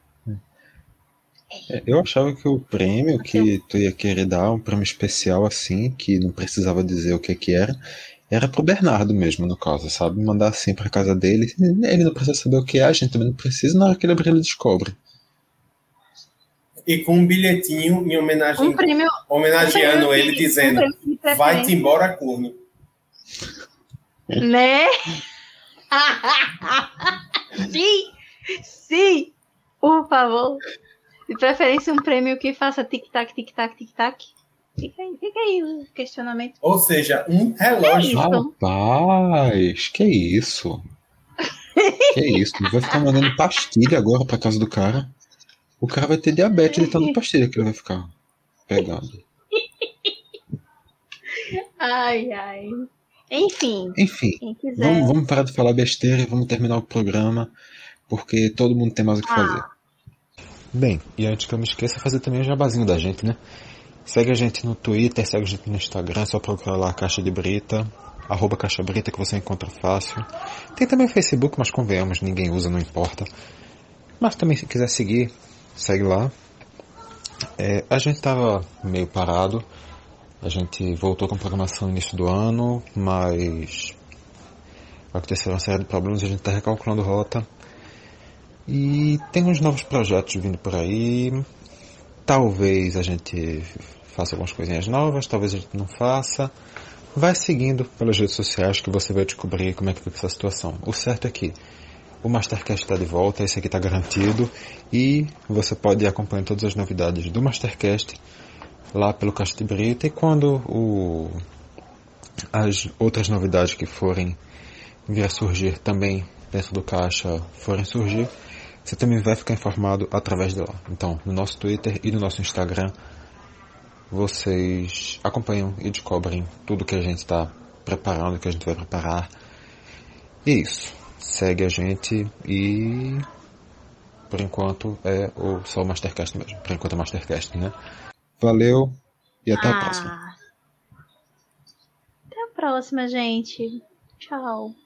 Eu achava que o prêmio que tu ia querer dar, um prêmio especial assim, que não precisava dizer o que que era, era pro Bernardo mesmo, no caso, sabe? Mandar assim pra casa dele. Ele não precisa saber o que é, a gente também não precisa, na hora que ele abrir ele descobre. E com um bilhetinho em homenagem, um prêmio, homenageando um ele, de, dizendo um vai-te embora, corno. Né? Sim, sim, por favor. De preferência um prêmio que faça tic-tac, tic-tac, tic-tac. Fica aí, fica aí o questionamento. Ou seja, um relógio. Rapaz, que isso? Que isso? Vai ficar mandando pastilha agora pra casa do cara. O cara vai ter diabetes de tanta pastilha que ele vai ficar pegando. Ai, ai. Enfim. Enfim, vamos, vamos parar de falar besteira e vamos terminar o programa, porque todo mundo tem mais o que fazer. Ah. Bem, e antes que eu me esqueça, fazer também o jabazinho da gente, né? Segue a gente no Twitter, segue a gente no Instagram, é só procurar lá Caixa de Brita, arroba Caixa Brita, que você encontra fácil. Tem também o Facebook, mas convenhamos, ninguém usa, não importa. Mas também se quiser seguir, segue lá. É, a gente tava meio parado, a gente voltou com a programação no início do ano, mas aconteceram uma série de problemas, a gente tá recalculando rota. E tem uns novos projetos vindo por aí. Talvez a gente faça algumas coisinhas novas, talvez a gente não faça. Vai seguindo pelas redes sociais que você vai descobrir como é que fica essa situação. O certo é que o Mastercast está de volta, esse aqui está garantido. E você pode ir acompanhando todas as novidades do Mastercast lá pelo Caixa de Brita. E quando o, as outras novidades que forem vir a surgir também dentro do Caixa forem surgir, você também vai ficar informado através de lá. Então, no nosso Twitter e no nosso Instagram, vocês acompanham e descobrem tudo que a gente está preparando, que a gente vai preparar. E é isso. Segue a gente e, por enquanto, é o, só o Mastercast mesmo. Por enquanto é o Mastercast, né? Valeu e até ah. a próxima. Até a próxima, gente. Tchau.